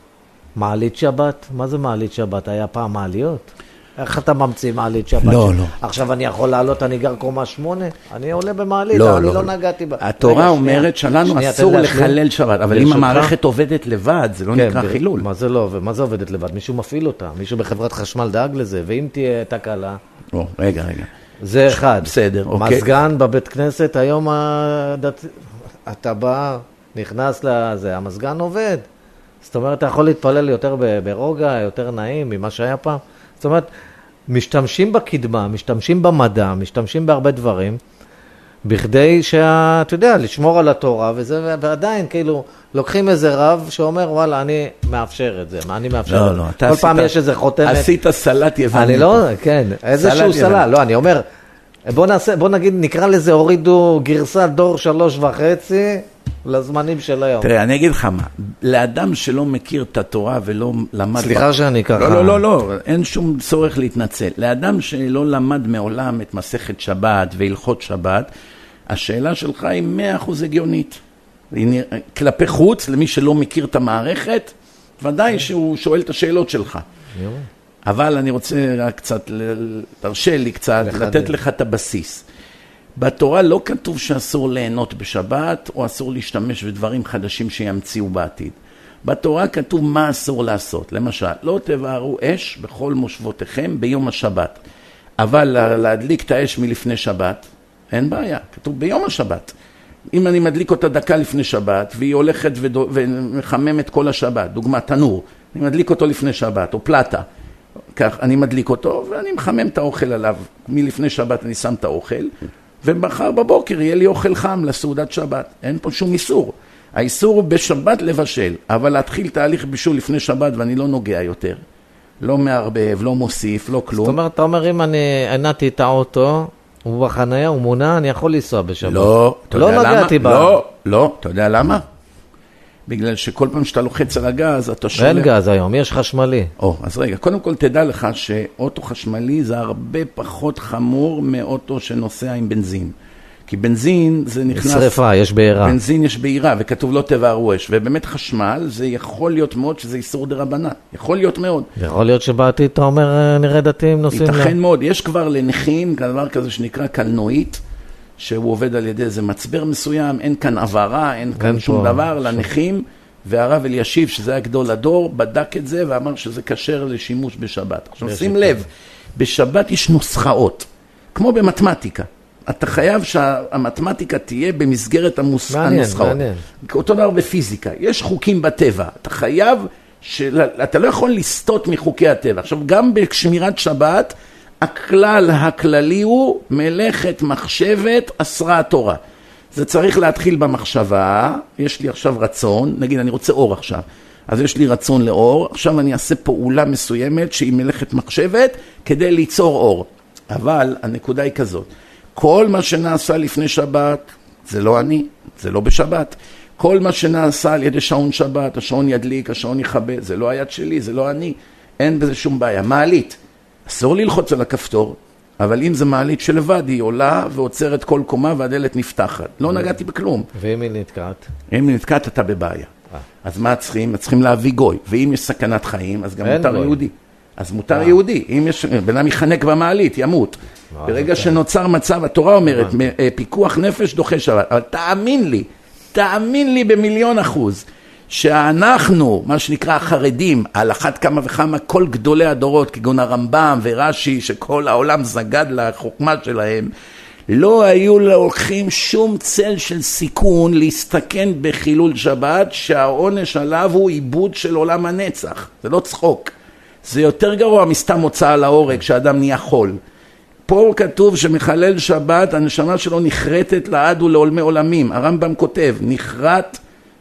מעלית שבת. מה זה מעלית שבת? היה פעם מעליות? איך אתה ממציא מעלית שבת? לא, לא. עכשיו אני יכול לעלות, אני גר קומה שמונה, אני עולה במעלית, לא, אני לא, לא לא. נגעתי בה. התורה אומרת שלנו אסור לחלל שבת, אבל אם המערכת עובדת לבד, זה לא נקרא חילול. מה זה לא, מה זה עובדת לבד? מישהו מפעיל אותה, מישהו בחברת חשמל דאג לזה, ואם תהיה תקלה... לא, רגע, רגע. זה אחד. בסדר, אוקיי. מזגן בבית כנסת, היום הדת... אתה בא, נכנס לזה, המזגן עובד. זאת אומרת, אתה יכול להתפלל יותר ברוגע, יותר נעים ממה שהיה פעם. זאת אומרת, משתמשים בקדמה, משתמשים במדע, משתמשים בהרבה דברים, בכדי שאתה יודע, לשמור על התורה, וזה, ועדיין, כאילו, לוקחים איזה רב שאומר, וואלה, אני מאפשר את זה, מה אני מאפשר לא, את זה? לא, כל עשית, פעם יש איזה חותמת. עשית סלט יווני. אני לא, כן, איזשהו סלט, לא, אני אומר, בוא נעשה, בוא נגיד, נקרא לזה, הורידו גרסת דור שלוש וחצי, לזמנים של היום. תראה, אני אגיד לך מה, לאדם שלא מכיר את התורה ולא למד... סליחה שאני ככה... לא, לא, לא, לא, אין שום צורך להתנצל. לאדם שלא למד מעולם את מסכת שבת והלכות שבת, השאלה שלך היא מאה אחוז הגיונית. כלפי חוץ, למי שלא מכיר את המערכת, ודאי שהוא שואל את השאלות שלך. אבל אני רוצה רק קצת, תרשה לי קצת, לתת לך את הבסיס. בתורה לא כתוב שאסור ליהנות בשבת, או אסור להשתמש בדברים חדשים שימציאו בעתיד. בתורה כתוב מה אסור לעשות. למשל, לא תבערו אש בכל מושבותיכם ביום השבת. אבל להדליק את האש מלפני שבת, אין בעיה. כתוב ביום השבת. אם אני מדליק אותה דקה לפני שבת, והיא הולכת ודו, ומחממת כל השבת, דוגמה תנור, אני מדליק אותו לפני שבת, או פלטה. כך, אני מדליק אותו, ואני מחמם את האוכל עליו. מלפני שבת אני שם את האוכל, ומחר בבוקר יהיה לי אוכל חם לסעודת שבת. אין פה שום איסור. האיסור הוא בשבת לבשל, אבל להתחיל תהליך בישול לפני שבת ואני לא נוגע יותר. לא מערבב, לא מוסיף, לא כלום. זאת אומרת, אתה אומר, אם אני ענתי את האוטו, הוא בחניה, הוא מונע, אני יכול לנסוע בשבת. לא, אתה יודע לא למה? נגעתי בה. לא, לא, אתה יודע למה? בגלל שכל פעם שאתה לוחץ על הגז, אתה שולח... אין גז היום, יש חשמלי. או, אז רגע, קודם כל תדע לך שאוטו חשמלי זה הרבה פחות חמור מאוטו שנוסע עם בנזין. כי בנזין זה נכנס... שריפה, יש בעירה. בנזין יש בעירה, וכתוב לא תבערו אש. ובאמת חשמל, זה יכול להיות מאוד שזה איסור דרבנן. יכול להיות מאוד. יכול להיות שבעתיד אתה אומר, נראה דתיים נוסעים... ייתכן מאוד. יש כבר לנכים, דבר כזה שנקרא קלנועית, שהוא עובד על ידי איזה מצבר מסוים, אין כאן עברה, אין כאן שום דבר לנכים, והרב אלישיב, שזה היה גדול הדור, בדק את זה ואמר שזה כשר לשימוש בשבת. עכשיו, שים לב, בשבת יש נוסחאות, כמו במתמטיקה. אתה חייב שהמתמטיקה תהיה במסגרת הנוסחאות. מעניין. אותו דבר בפיזיקה. יש חוקים בטבע. אתה חייב, אתה לא יכול לסטות מחוקי הטבע. עכשיו, גם בשמירת שבת, הכלל הכללי הוא מלאכת מחשבת אסרה התורה. זה צריך להתחיל במחשבה, יש לי עכשיו רצון, נגיד אני רוצה אור עכשיו, אז יש לי רצון לאור, עכשיו אני אעשה פעולה מסוימת שהיא מלאכת מחשבת כדי ליצור אור. אבל הנקודה היא כזאת, כל מה שנעשה לפני שבת, זה לא אני, זה לא בשבת. כל מה שנעשה על ידי שעון שבת, השעון ידליק, השעון יכבה, זה לא היד שלי, זה לא אני, אין בזה שום בעיה. מעלית, אסור ללחוץ על הכפתור, אבל אם זה מעלית שלבד, היא עולה ועוצרת כל קומה והדלת נפתחת. לא נגעתי בכלום. ואם היא נתקעת? אם היא נתקעת, אתה בבעיה. אז מה צריכים? צריכים להביא גוי. ואם יש סכנת חיים, אז גם מותר יהודי. אז מותר יהודי. אם יש, בן אדם יחנק במעלית, ימות. ברגע שנוצר מצב, התורה אומרת, פיקוח נפש דוחה שבת. אבל תאמין לי, תאמין לי במיליון אחוז, שאנחנו, מה שנקרא החרדים, על אחת כמה וכמה כל גדולי הדורות, כגון הרמב"ם ורש"י, שכל העולם זגד לחוכמה שלהם, לא היו לוקחים שום צל של סיכון להסתכן בחילול שבת, שהעונש עליו הוא עיבוד של עולם הנצח. זה לא צחוק. זה יותר גרוע מסתם הוצאה להורג, שהאדם נהיה חול. פה כתוב שמחלל שבת, הנשמה שלו נחרטת לעד ולעולמי עולמים. הרמב"ם כותב, נחרט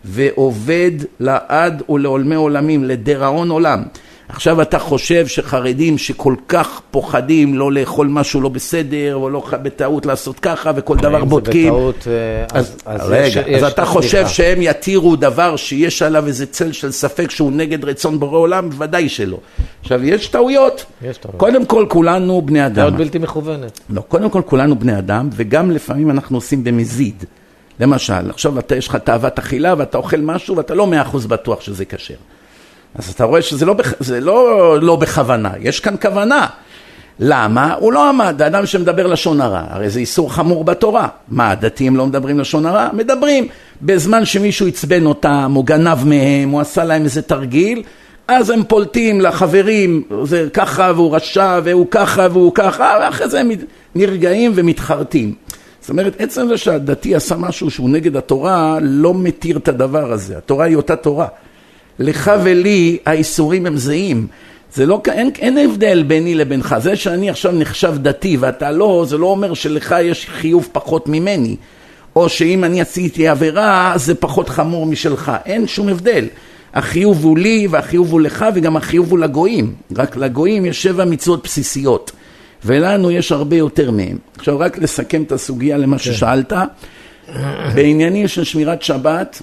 ועובד לעד ולעולמי עולמים, לדרעון עולם. עכשיו אתה חושב שחרדים שכל כך פוחדים לא לאכול משהו לא בסדר, או לא בטעות לעשות ככה, וכל דבר בודקים. בטעות, אז, אז, רגע, יש, אז יש אתה חושב לך. שהם יתירו דבר שיש עליו איזה צל של ספק שהוא נגד רצון בורא עולם? ודאי שלא. עכשיו, יש טעויות. יש טעויות. קודם כל, כולנו בני אדם. טעות בלתי מכוונת. לא, קודם כל, כולנו בני אדם, וגם לפעמים אנחנו עושים במזיד. למשל, עכשיו אתה, יש לך תאוות אכילה, ואתה אוכל משהו, ואתה לא מאה אחוז בטוח שזה כשר. אז אתה רואה שזה לא, זה לא, לא בכוונה, יש כאן כוונה. למה? הוא לא עמד, האדם שמדבר לשון הרע, הרי זה איסור חמור בתורה. מה, הדתיים לא מדברים לשון הרע? מדברים. בזמן שמישהו יצבן אותם, או גנב מהם, או עשה להם איזה תרגיל, אז הם פולטים לחברים, זה ככה והוא רשע, והוא ככה והוא ככה, ואחרי זה הם נרגעים ומתחרטים. זאת אומרת, עצם זה שהדתי עשה משהו שהוא נגד התורה, לא מתיר את הדבר הזה. התורה היא אותה תורה. לך ולי האיסורים הם זהים. זה לא, אין, אין הבדל ביני לבינך. זה שאני עכשיו נחשב דתי ואתה לא, זה לא אומר שלך יש חיוב פחות ממני. או שאם אני עשיתי עבירה, זה פחות חמור משלך. אין שום הבדל. החיוב הוא לי והחיוב הוא לך וגם החיוב הוא לגויים. רק לגויים יש שבע מצוות בסיסיות. ולנו יש הרבה יותר מהם. עכשיו רק לסכם את הסוגיה למה okay. ששאלת. בעניינים של שמירת שבת,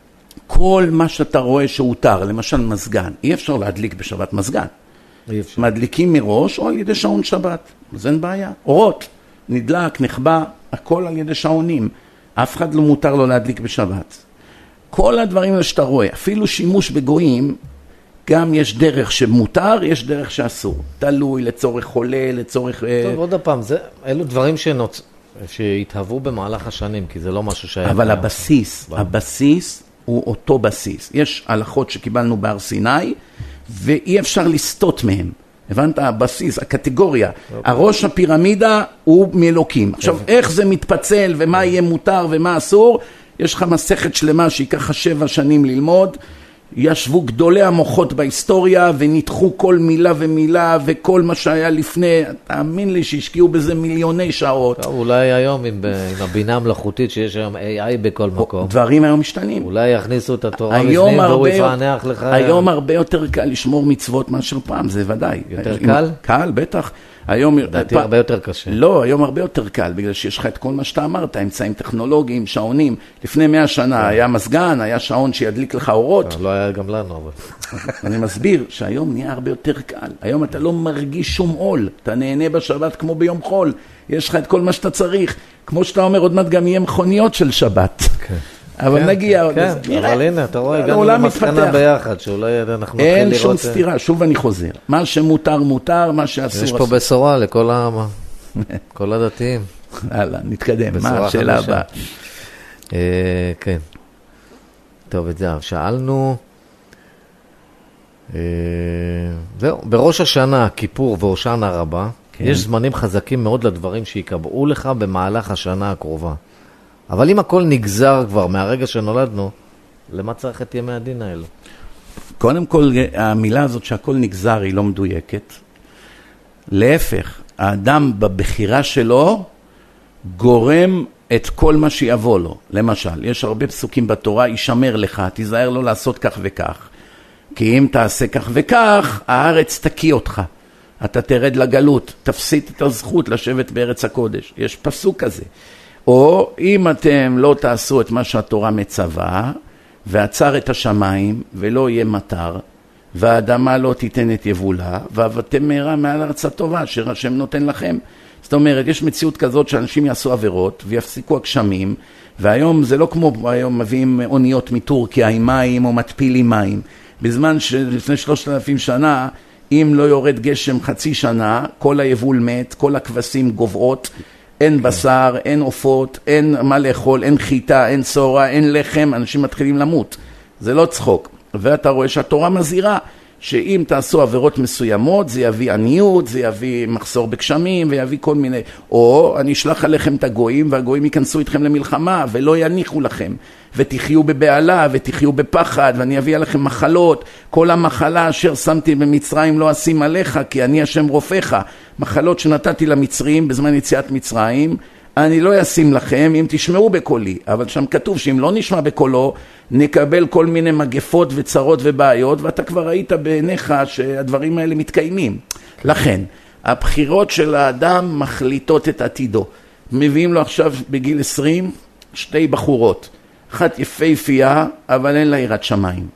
כל מה שאתה רואה שהותר, למשל מזגן, אי אפשר להדליק בשבת מזגן. אי אפשר. מדליקים מראש או על ידי שעון שבת, אז אין בעיה. אורות, נדלק, נחבא, הכל על ידי שעונים. אף אחד לא מותר לו להדליק בשבת. כל הדברים האלה שאתה רואה, אפילו שימוש בגויים, גם יש דרך שמותר, יש דרך שאסור. תלוי לצורך חולה, לצורך... טוב, עוד הפעם, זה, אלו דברים שנוצ... שהתהוו במהלך השנים, כי זה לא משהו שהיה... אבל הבסיס, הבסיס הוא אותו בסיס. יש הלכות שקיבלנו בהר סיני, ואי אפשר לסטות מהם. הבנת? הבסיס, הקטגוריה. הראש הפירמידה הוא מאלוקים. עכשיו, איך זה מתפצל, ומה יהיה מותר ומה אסור? יש לך מסכת שלמה שיקח שבע שנים ללמוד, ישבו גדולי המוחות בהיסטוריה וניתחו כל מילה ומילה וכל מה שהיה לפני, תאמין לי שהשקיעו בזה מיליוני שעות. טוב, אולי היום עם, עם הבינה המלאכותית שיש היום איי איי בכל מקום. דברים היום משתנים. אולי יכניסו את התורה בפנים והוא יפענח לך. היום הרבה יותר קל לשמור מצוות מאשר פעם, זה ודאי. יותר קל? קל, בטח. היום... דעתי פ... הרבה יותר קשה. לא, היום הרבה יותר קל, בגלל שיש לך את כל מה שאתה אמרת, אמצעים טכנולוגיים, שעונים. לפני מאה שנה היה מסגן, היה שעון שידליק לך אורות. לא היה גם לנו, אבל... אני מסביר שהיום נהיה הרבה יותר קל. היום אתה לא מרגיש שום עול. אתה נהנה בשבת כמו ביום חול. יש לך את כל מה שאתה צריך. כמו שאתה אומר, עוד מעט גם יהיה מכוניות של שבת. כן. אבל כן, נגיע... כן, כן. אבל הנה, אתה רואה, הגענו למסקנה ביחד, שאולי אנחנו נתחיל לראות... אין שום סתירה, שוב אני חוזר. מה שמותר מותר, מה שאסור אסור. יש פה בשורה לכל העם, כל הדתיים. הלאה, נתקדם. מה השאלה הבאה? כן. טוב, את זה, שאלנו... זהו, בראש השנה, כיפור והושענא רבה, יש זמנים חזקים מאוד לדברים שיקבעו לך במהלך השנה הקרובה. אבל אם הכל נגזר כבר מהרגע שנולדנו, למה צריך את ימי הדין האלו? קודם כל, המילה הזאת שהכל נגזר היא לא מדויקת. להפך, האדם בבחירה שלו גורם את כל מה שיבוא לו. למשל, יש הרבה פסוקים בתורה, ישמר לך, תיזהר לא לעשות כך וכך. כי אם תעשה כך וכך, הארץ תקיא אותך. אתה תרד לגלות, תפסיד את הזכות לשבת בארץ הקודש. יש פסוק כזה. או אם אתם לא תעשו את מה שהתורה מצווה, ועצר את השמיים ולא יהיה מטר, והאדמה לא תיתן את יבולה, ועבדתם מהרה מעל ארץ הטובה אשר השם נותן לכם. זאת אומרת, יש מציאות כזאת שאנשים יעשו עבירות ויפסיקו הגשמים, והיום זה לא כמו היום מביאים אוניות מטורקיה עם מים או מטפילים מים. בזמן שלפני שלושת אלפים שנה, אם לא יורד גשם חצי שנה, כל היבול מת, כל הכבשים גובעות, אין בשר, אין עופות, אין מה לאכול, אין חיטה, אין צורה, אין לחם, אנשים מתחילים למות. זה לא צחוק. ואתה רואה שהתורה מזהירה שאם תעשו עבירות מסוימות, זה יביא עניות, זה יביא מחסור בגשמים, ויביא כל מיני... או אני אשלח עליכם את הגויים, והגויים ייכנסו איתכם למלחמה, ולא יניחו לכם, ותחיו בבעלה, ותחיו בפחד, ואני אביא עליכם מחלות. כל המחלה אשר שמתי במצרים לא אשים עליך, כי אני השם רופאך. מחלות שנתתי למצרים בזמן יציאת מצרים, אני לא אשים לכם אם תשמעו בקולי. אבל שם כתוב שאם לא נשמע בקולו, נקבל כל מיני מגפות וצרות ובעיות, ואתה כבר ראית בעיניך שהדברים האלה מתקיימים. לכן, הבחירות של האדם מחליטות את עתידו. מביאים לו עכשיו בגיל עשרים שתי בחורות. אחת יפהפייה, אבל אין לה יראת שמיים.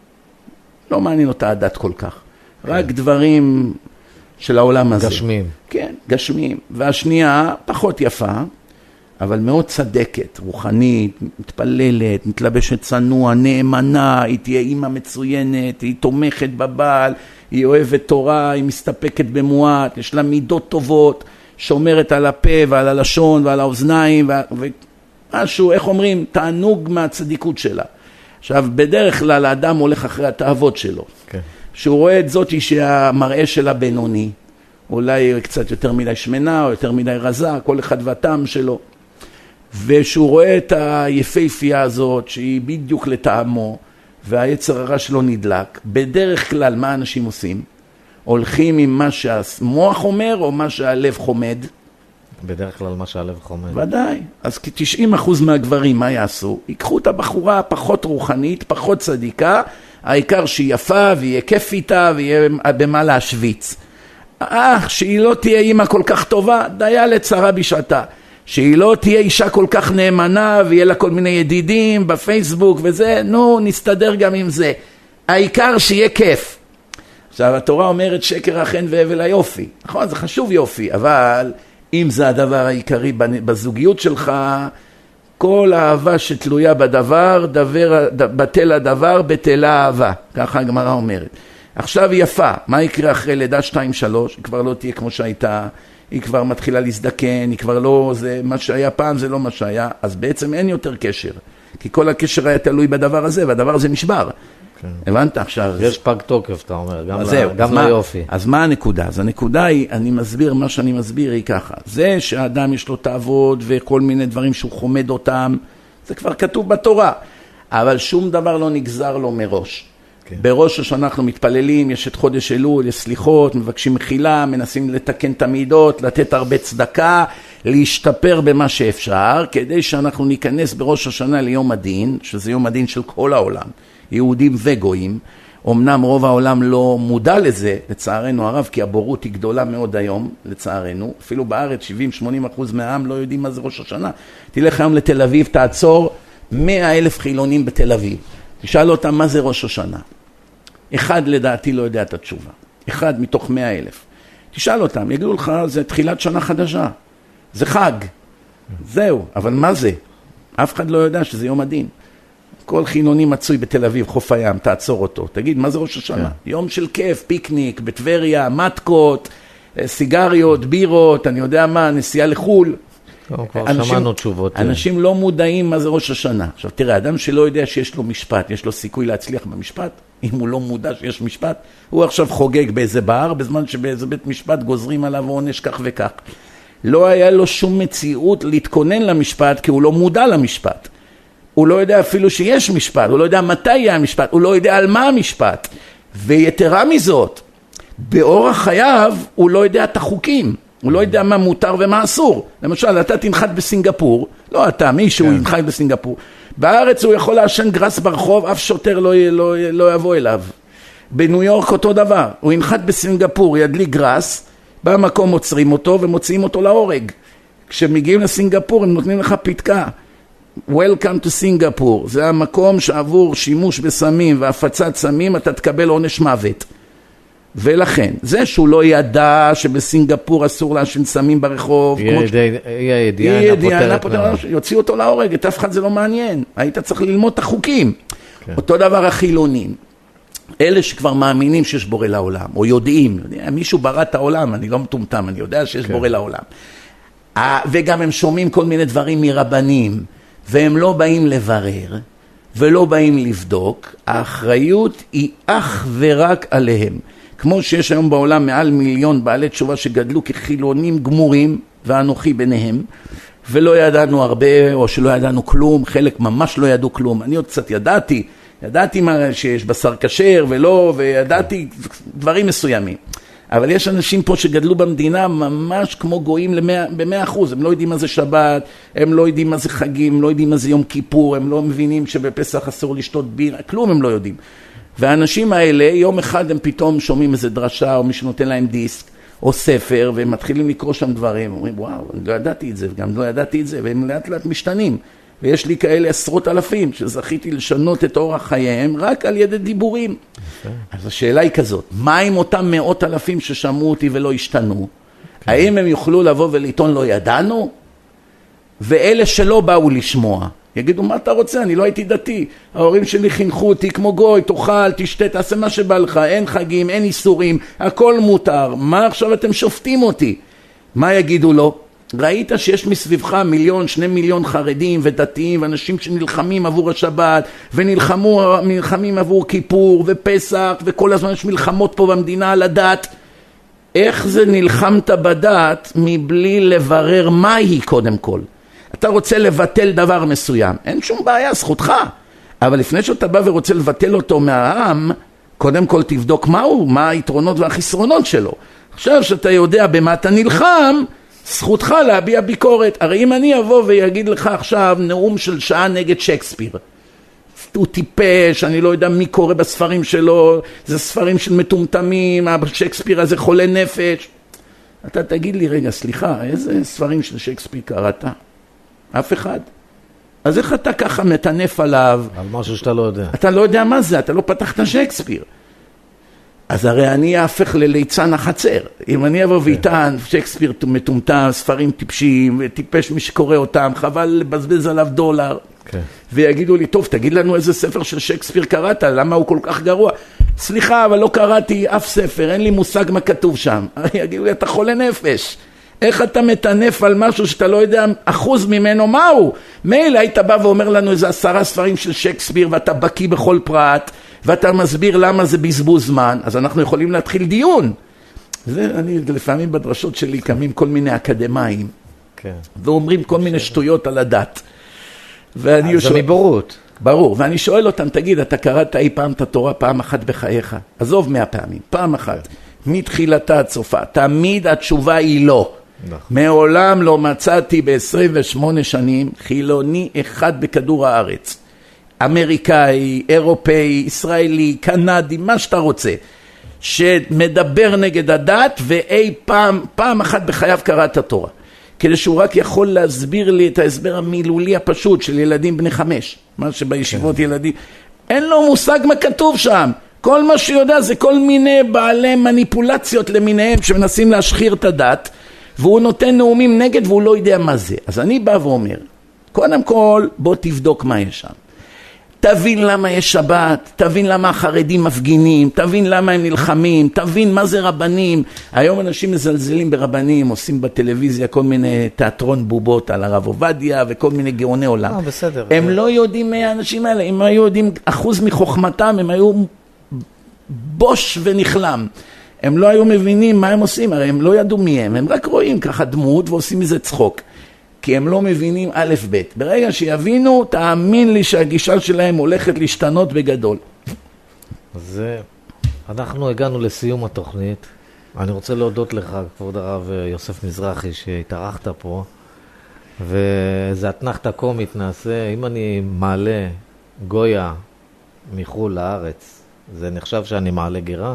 לא מעניין אותה הדת כל כך. רק דברים של העולם הזה. גשמים. כן, גשמים. והשנייה פחות יפה, אבל מאוד צדקת, רוחנית, מתפללת, מתלבשת צנוע, נאמנה, היא תהיה אימא מצוינת, היא תומכת בבעל, היא אוהבת תורה, היא מסתפקת במועט, יש לה מידות טובות, שומרת על הפה ועל הלשון ועל האוזניים, ומשהו, איך אומרים, תענוג מהצדיקות שלה. עכשיו, בדרך כלל האדם הולך אחרי התאוות שלו. כן. שהוא רואה את זאת שהמראה שלה בינוני, אולי קצת יותר מדי שמנה או יותר מדי רזה, כל אחד והטעם שלו. ושהוא רואה את היפהפייה הזאת שהיא בדיוק לטעמו, והיצר הרע שלו נדלק. בדרך כלל מה אנשים עושים? הולכים עם מה שהמוח אומר או מה שהלב חומד? בדרך כלל מה שהלב חומד. ודאי. אז כ-תשעים אחוז מהגברים מה יעשו? ייקחו את הבחורה פחות רוחנית, פחות צדיקה, העיקר שהיא יפה ויהיה כיף איתה ויהיה במה להשוויץ. אך שהיא לא תהיה אימא כל כך טובה, דיה לצרה בשעתה. שהיא לא תהיה אישה כל כך נאמנה ויהיה לה כל מיני ידידים בפייסבוק וזה, נו נסתדר גם עם זה. העיקר שיהיה כיף. עכשיו התורה אומרת שקר החן והבל היופי. נכון, זה חשוב יופי, אבל אם זה הדבר העיקרי בזוגיות שלך, כל האהבה שתלויה בדבר, דבר, בטל הדבר, בטלה אהבה. ככה הגמרא אומרת. עכשיו יפה, מה יקרה אחרי לידה שתיים שלוש? היא כבר לא תהיה כמו שהייתה, היא כבר מתחילה להזדקן, היא כבר לא, זה מה שהיה פעם, זה לא מה שהיה, אז בעצם אין יותר קשר. כי כל הקשר היה תלוי בדבר הזה, והדבר הזה נשבר. כן. הבנת עכשיו? יש פג תוקף, אתה אומר, גם, לה, גם ליופי. אז מה הנקודה? אז הנקודה היא, אני מסביר, מה שאני מסביר היא ככה. זה שהאדם יש לו תעבוד וכל מיני דברים שהוא חומד אותם, זה כבר כתוב בתורה. אבל שום דבר לא נגזר לו מראש. כן. בראש השנה אנחנו מתפללים, יש את חודש אלול, יש סליחות, מבקשים מחילה, מנסים לתקן את המידות, לתת הרבה צדקה, להשתפר במה שאפשר, כדי שאנחנו ניכנס בראש השנה ליום הדין, שזה יום הדין של כל העולם, יהודים וגויים. אמנם רוב העולם לא מודע לזה, לצערנו הרב, כי הבורות היא גדולה מאוד היום, לצערנו. אפילו בארץ שבעים שמונים אחוז מהעם לא יודעים מה זה ראש השנה. תלך היום לתל אביב, תעצור מאה אלף חילונים בתל אביב. תשאל אותם מה זה ראש השנה. אחד לדעתי לא יודע את התשובה. אחד מתוך מאה אלף. תשאל אותם, יגידו לך, זה תחילת שנה חדשה. זה חג. זהו, אבל מה זה? אף אחד לא יודע שזה יום הדין. כל חילוני מצוי בתל אביב, חוף הים, תעצור אותו. תגיד, מה זה ראש השנה? כן. יום של כיף, פיקניק, בטבריה, מתקות, סיגריות, בירות, אני יודע מה, נסיעה לחול. כבר אנשים, שמענו תשובות. אנשים לא מודעים מה זה ראש השנה. עכשיו תראה, אדם שלא יודע שיש לו משפט, יש לו סיכוי להצליח במשפט, אם הוא לא מודע שיש משפט, הוא עכשיו חוגג באיזה בר, בזמן שבאיזה בית משפט גוזרים עליו עונש כך וכך. לא היה לו שום מציאות להתכונן למשפט, כי הוא לא מודע למשפט. הוא לא יודע אפילו שיש משפט, הוא לא יודע מתי יהיה המשפט, הוא לא יודע על מה המשפט. ויתרה מזאת, באורח חייו הוא לא יודע את החוקים, הוא לא יודע מה מותר ומה אסור. למשל, אתה תנחת בסינגפור, לא אתה, מישהו כן. ינחת בסינגפור. בארץ הוא יכול לעשן גרס ברחוב, אף שוטר לא, לא, לא יבוא אליו. בניו יורק אותו דבר, הוא ינחת בסינגפור, ידליק גרס, במקום עוצרים אותו ומוציאים אותו להורג. כשמגיעים לסינגפור הם נותנים לך פתקה. Welcome to Singapore, זה המקום שעבור שימוש בסמים והפצת סמים אתה תקבל עונש מוות. ולכן, זה שהוא לא ידע שבסינגפור אסור להשין סמים ברחוב, יהיה ידיעה, יוציא אותו להורג, את אף אחד זה לא מעניין, היית צריך ללמוד את החוקים. אותו דבר החילונים, אלה שכבר מאמינים שיש בורא לעולם, או יודעים, מישהו ברא את העולם, אני לא מטומטם, אני יודע שיש בורא לעולם. וגם הם שומעים כל מיני דברים מרבנים, והם לא באים לברר, ולא באים לבדוק, האחריות היא אך ורק עליהם. כמו שיש היום בעולם מעל מיליון בעלי תשובה שגדלו כחילונים גמורים, ואנוכי ביניהם, ולא ידענו הרבה, או שלא ידענו כלום, חלק ממש לא ידעו כלום. אני עוד קצת ידעתי, ידעתי מה שיש בשר כשר ולא, וידעתי דברים מסוימים. אבל יש אנשים פה שגדלו במדינה ממש כמו גויים במאה אחוז, הם לא יודעים מה זה שבת, הם לא יודעים מה זה חגים, הם לא יודעים מה זה יום כיפור, הם לא מבינים שבפסח אסור לשתות בירה, כלום הם לא יודעים. והאנשים האלה, יום אחד הם פתאום שומעים איזה דרשה, או מישהו נותן להם דיסק, או ספר, והם מתחילים לקרוא שם דברים, אומרים, וואו, אני לא ידעתי את זה, וגם לא ידעתי את זה, והם לאט לאט משתנים. ויש לי כאלה עשרות אלפים שזכיתי לשנות את אורח חייהם רק על ידי דיבורים. אז השאלה היא כזאת, מה עם אותם מאות אלפים ששמעו אותי ולא השתנו? האם הם יוכלו לבוא ולטעון לא ידענו? ואלה שלא באו לשמוע, יגידו, מה אתה רוצה? אני לא הייתי דתי. ההורים שלי חינכו אותי כמו גוי, תאכל, תשתה, תעשה מה שבא לך, אין חגים, אין איסורים, הכל מותר. מה עכשיו אתם שופטים אותי? מה יגידו לו? ראית שיש מסביבך מיליון, שני מיליון חרדים ודתיים, ואנשים שנלחמים עבור השבת, ונלחמים עבור כיפור ופסח, וכל הזמן יש מלחמות פה במדינה על הדת. איך זה נלחמת בדת מבלי לברר מה היא קודם כל? אתה רוצה לבטל דבר מסוים, אין שום בעיה, זכותך. אבל לפני שאתה בא ורוצה לבטל אותו מהעם, קודם כל תבדוק מהו, מה היתרונות והחסרונות שלו. עכשיו שאתה יודע במה אתה נלחם, זכותך להביע ביקורת. הרי אם אני אבוא ויגיד לך עכשיו נאום של שעה נגד שייקספיר, הוא טיפש, אני לא יודע מי קורא בספרים שלו, זה ספרים של מטומטמים, שייקספיר הזה חולה נפש. אתה תגיד לי, רגע, סליחה, איזה ספרים של שייקספיר קראת? אף אחד. אז איך אתה ככה מטנף עליו? על משהו שאתה לא יודע. אתה לא יודע מה זה, אתה לא פתחת שייקספיר. אז הרי אני אהפך לליצן החצר. אם אני אבוא ואיתן, שייקספיר מטומטם, ספרים טיפשים, וטיפש מי שקורא אותם, חבל לבזבז עליו דולר. ויגידו לי, טוב, תגיד לנו איזה ספר של שייקספיר קראת, למה הוא כל כך גרוע? סליחה, אבל לא קראתי אף ספר, אין לי מושג מה כתוב שם. יגידו לי, אתה חולה נפש. איך אתה מטנף על משהו שאתה לא יודע אחוז ממנו מהו? מילא היית בא ואומר לנו איזה עשרה ספרים של שייקספיר, ואתה בקיא בכל פרט, ואתה מסביר למה זה בזבוז זמן, אז אנחנו יכולים להתחיל דיון. זה, אני לפעמים בדרשות שלי קמים כל מיני אקדמיים, כן. ואומרים כל מיני שטויות על הדת. זה מבורות. ברור, ואני שואל אותם, תגיד, אתה קראת אי פעם את התורה פעם אחת בחייך? עזוב מאה פעמים, פעם אחת. מתחילתה עד סופה, תמיד התשובה היא לא. מעולם לא מצאתי ב-עשרים ושמונה שנים חילוני אחד בכדור הארץ. אמריקאי, אירופאי, ישראלי, קנדי, מה שאתה רוצה. שמדבר נגד הדת ואי פעם, פעם אחת בחייו קרא את התורה. כדי שהוא רק יכול להסביר לי את ההסבר המילולי הפשוט של ילדים בני חמש. מה שבישיבות ילדים, אין לו מושג מה כתוב שם. כל מה שיודע זה כל מיני בעלי מניפולציות למיניהם שמנסים להשחיר את הדת, והוא נותן נאומים נגד והוא לא יודע מה זה. אז אני בא ואומר, קודם כל בוא תבדוק מה יש שם. תבין למה יש שבת, תבין למה החרדים מפגינים, תבין למה הם נלחמים, תבין מה זה רבנים. היום אנשים מזלזלים ברבנים, עושים בטלוויזיה כל מיני תיאטרון בובות על הרב עובדיה וכל מיני גאוני עולם. אה, בסדר. הם לא יודעים מי האנשים האלה, הם היו יודעים אחוז מחוכמתם, הם היו בוש ונכלם. הם לא היו מבינים מה הם עושים, הרי הם לא ידעו מי הם, הם רק רואים ככה דמות ועושים מזה צחוק. כי הם לא מבינים א' ב'. ברגע שיבינו, תאמין לי שהגישה שלהם הולכת להשתנות בגדול. אז אנחנו הגענו לסיום התוכנית. אני רוצה להודות לך, כבוד הרב יוסף מזרחי, שהתארחת פה, ואיזה אתנחתא קומית נעשה. אם אני מעלה גויה מחול לארץ, זה נחשב שאני מעלה גירה?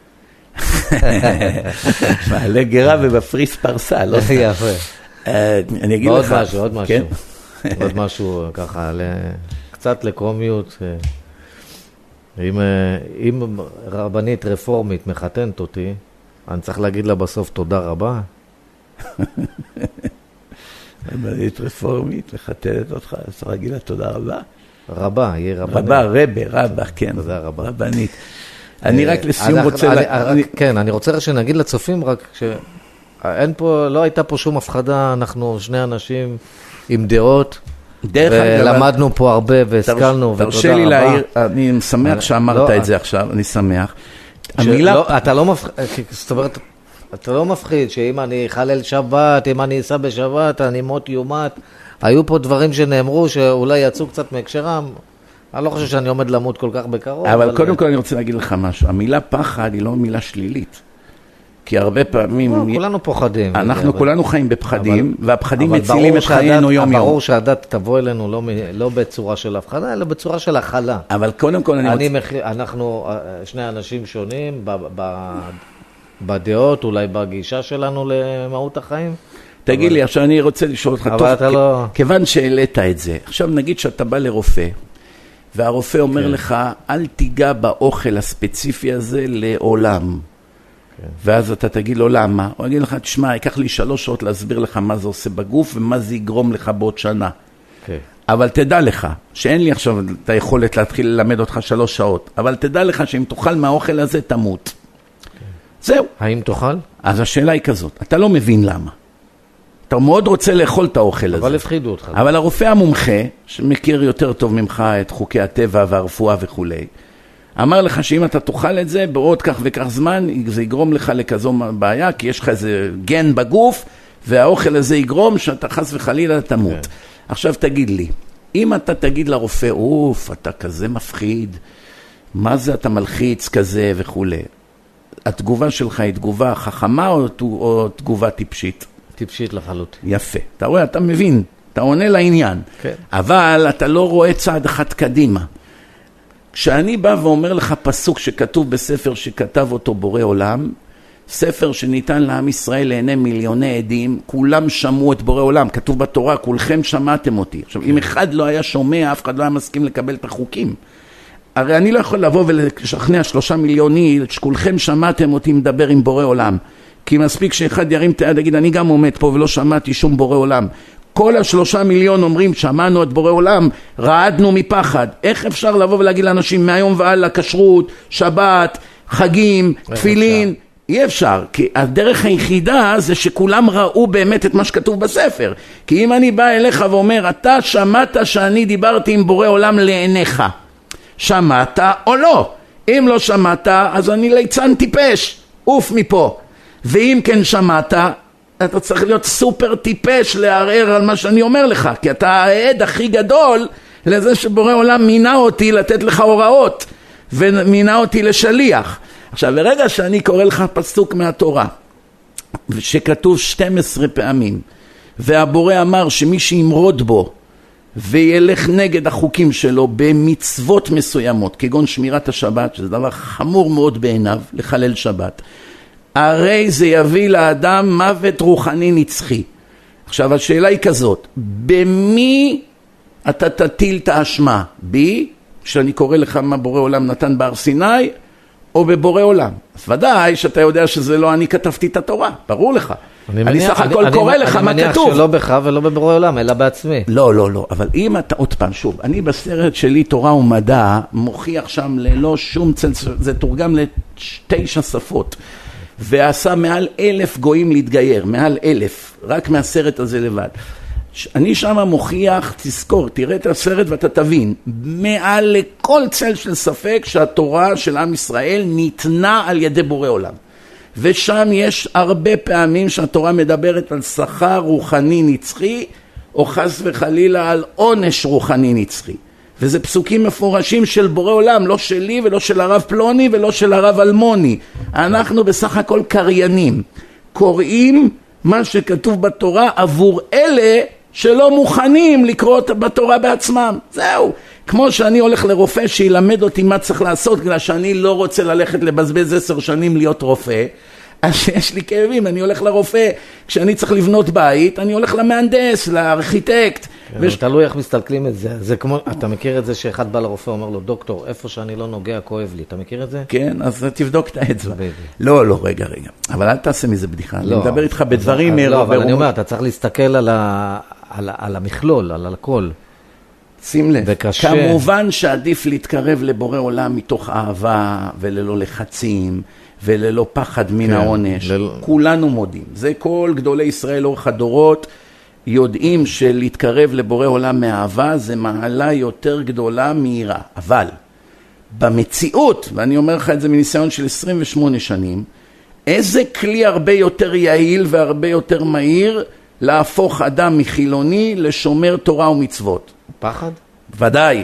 מעלה גירה ובפריס פרסה, לא סתם. יפה. אני אגיד עוד לך. משהו, עוד משהו. עוד משהו ככה, קצת לקומיות. אם, אם רבנית רפורמית מחתנת אותי, אני צריך להגיד לה בסוף תודה רבה. רבנית רפורמית מחתנת אותך, אז צריך להגיד לה תודה רבה. רבה, יהיה רבנית. רבה, רבה, רבה, כן. תודה רבה. רבנית. אני רק לסיום רוצה... כן, אני רוצה שנגיד לצופים רק ש... אין פה, לא הייתה פה שום הפחדה, אנחנו שני אנשים עם דעות, ולמדנו פה הרבה והשכלנו, ותודה רבה. תרשה לי להעיר, אני שמח שאמרת את זה עכשיו, אני שמח. אתה לא מפחיד, זאת אומרת, אתה לא מפחיד שאם אני חלל שבת, אם אני אסע בשבת, אני מות יומת, היו פה דברים שנאמרו שאולי יצאו קצת מהקשרם, אני לא חושב שאני עומד למות כל כך בקרוב. אבל קודם כל אני רוצה להגיד לך משהו, המילה פחד היא לא מילה שלילית. כי הרבה פעמים... כולנו פוחדים. אנחנו כולנו חיים בפחדים, והפחדים מצילים את חיינו יום יום. ברור שהדת תבוא אלינו לא בצורה של הפחדה, אלא בצורה של הכלה. אבל קודם כל אני רוצה... אנחנו שני אנשים שונים בדעות, אולי בגישה שלנו למהות החיים. תגיד לי, עכשיו אני רוצה לשאול אותך, כיוון שהעלית את זה, עכשיו נגיד שאתה בא לרופא, והרופא אומר לך, אל תיגע באוכל הספציפי הזה לעולם. ואז אתה תגיד לו למה, הוא יגיד לך, תשמע, ייקח לי שלוש שעות להסביר לך מה זה עושה בגוף ומה זה יגרום לך בעוד שנה. Okay. אבל תדע לך, שאין לי עכשיו את היכולת להתחיל ללמד אותך שלוש שעות, אבל תדע לך שאם תאכל מהאוכל הזה, תמות. Okay. זהו. האם תאכל? אז השאלה היא כזאת, אתה לא מבין למה. אתה מאוד רוצה לאכול את האוכל הזה. אבל הפחידו אותך. אבל הרופא המומחה, שמכיר יותר טוב ממך את חוקי הטבע והרפואה וכו', אמר לך שאם אתה תאכל את זה, בעוד כך וכך זמן, זה יגרום לך לכזו בעיה, כי יש לך איזה גן בגוף, והאוכל הזה יגרום שאתה חס וחלילה תמות. Okay. עכשיו תגיד לי, אם אתה תגיד לרופא, אוף, אתה כזה מפחיד, מה זה אתה מלחיץ כזה וכו', התגובה שלך היא תגובה חכמה או, או תגובה טיפשית? טיפשית לחלוטין. יפה. אתה רואה, אתה מבין, אתה עונה לעניין. Okay. אבל אתה לא רואה צעד אחד קדימה. כשאני בא ואומר לך פסוק שכתוב בספר שכתב אותו בורא עולם, ספר שניתן לעם ישראל לעיני מיליוני עדים, כולם שמעו את בורא עולם, כתוב בתורה, כולכם שמעתם אותי. עכשיו, אם אחד לא היה שומע, אף אחד לא היה מסכים לקבל את החוקים. הרי אני לא יכול לבוא ולשכנע שלושה מיליוני, שכולכם שמעתם אותי מדבר עם בורא עולם. כי מספיק שאחד ירים את היד, יגיד, אני גם עומד פה ולא שמעתי שום בורא עולם. כל השלושה מיליון אומרים, שמענו את בורא עולם, רעדנו מפחד. איך אפשר לבוא ולהגיד לאנשים, מהיום ועלה, כשרות, שבת, חגים, תפילין? אי אפשר, כי הדרך היחידה זה שכולם ראו באמת את מה שכתוב בספר. כי אם אני בא אליך ואומר, אתה שמעת שאני דיברתי עם בורא עולם לעיניך. שמעת או לא? אם לא שמעת, אז אני ליצן טיפש, אוף מפה. ואם כן שמעת, אתה צריך להיות סופר טיפש לערער על מה שאני אומר לך, כי אתה העד הכי גדול לזה שבורא עולם מינה אותי לתת לך הוראות, ומינה אותי לשליח. עכשיו, ברגע שאני קורא לך פסוק מהתורה, שכתוב שתים עשרה פעמים, והבורא אמר שמי שימרוד בו, וילך נגד החוקים שלו במצוות מסוימות, כגון שמירת השבת, שזה דבר חמור מאוד בעיניו, לחלל שבת, הרי זה יביא לאדם מוות רוחני נצחי. עכשיו השאלה היא כזאת, במי אתה תטיל את האשמה? בי, שאני קורא לך מה בורא עולם נתן בהר סיני, או בבורא עולם? אז ודאי שאתה יודע שזה לא אני כתבתי את התורה, ברור לך. אני, אני סך הכל אני, קורא אני, לך אני מה כתוב. אני מניח שלא בך ולא בבורא עולם, אלא בעצמי. לא, לא, לא, אבל אם אתה, עוד פעם, שוב, אני בסרט שלי תורה ומדע, מוכיח שם ללא שום צל, זה תורגם לתשע שפות, ועשה מעל אלף גויים להתגייר, מעל אלף, רק מהסרט הזה לבד. אני שם מוכיח, תזכור, תראה את הסרט ואתה תבין, מעל לכל צל של ספק שהתורה של עם ישראל ניתנה על ידי בורא עולם. ושם יש הרבה פעמים שהתורה מדברת על שכר רוחני נצחי, או חס וחלילה על עונש רוחני נצחי. וזה פסוקים מפורשים של בורא עולם, לא שלי ולא של הרב פלוני ולא של הרב אלמוני. אנחנו בסך הכל קריינים, קוראים מה שכתוב בתורה עבור אלה שלא מוכנים לקרוא בתורה בעצמם. זהו. כמו שאני הולך לרופא שילמד אותי מה צריך לעשות, בגלל שאני לא רוצה ללכת לבזבז עשר שנים להיות רופא, אז יש לי כאבים, אני הולך לרופא. כשאני צריך לבנות בית, אני הולך למהנדס, לארכיטקט. וש... תלוי איך מסתכלים את זה. זה כמו, אתה מכיר את זה שאחד בא לרופא אומר לו, דוקטור, איפה שאני לא נוגע כואב לי. אתה מכיר את זה? כן, אז תבדוק את האצבע. לא, לא, רגע, רגע. אבל אל תעשה מזה בדיחה. לא, אני מדבר איתך בדברים... אז, לא, אבל אני אומר, אתה צריך להסתכל על, ה... על, על המכלול, על הכל. שים לב, וקשה. כמובן שעדיף להתקרב לבורא עולם מתוך אהבה וללא לחצים וללא פחד מן כן, העונש. ל... כולנו מודים. זה כל גדולי ישראל אורך הדורות יודעים שלהתקרב לבורא עולם מאהבה זה מעלה יותר גדולה מהירה. אבל במציאות, ואני אומר לך את זה מניסיון של עשרים ושמונה שנים, איזה כלי הרבה יותר יעיל והרבה יותר מהיר להפוך אדם מחילוני לשומר תורה ומצוות? פחד? ודאי.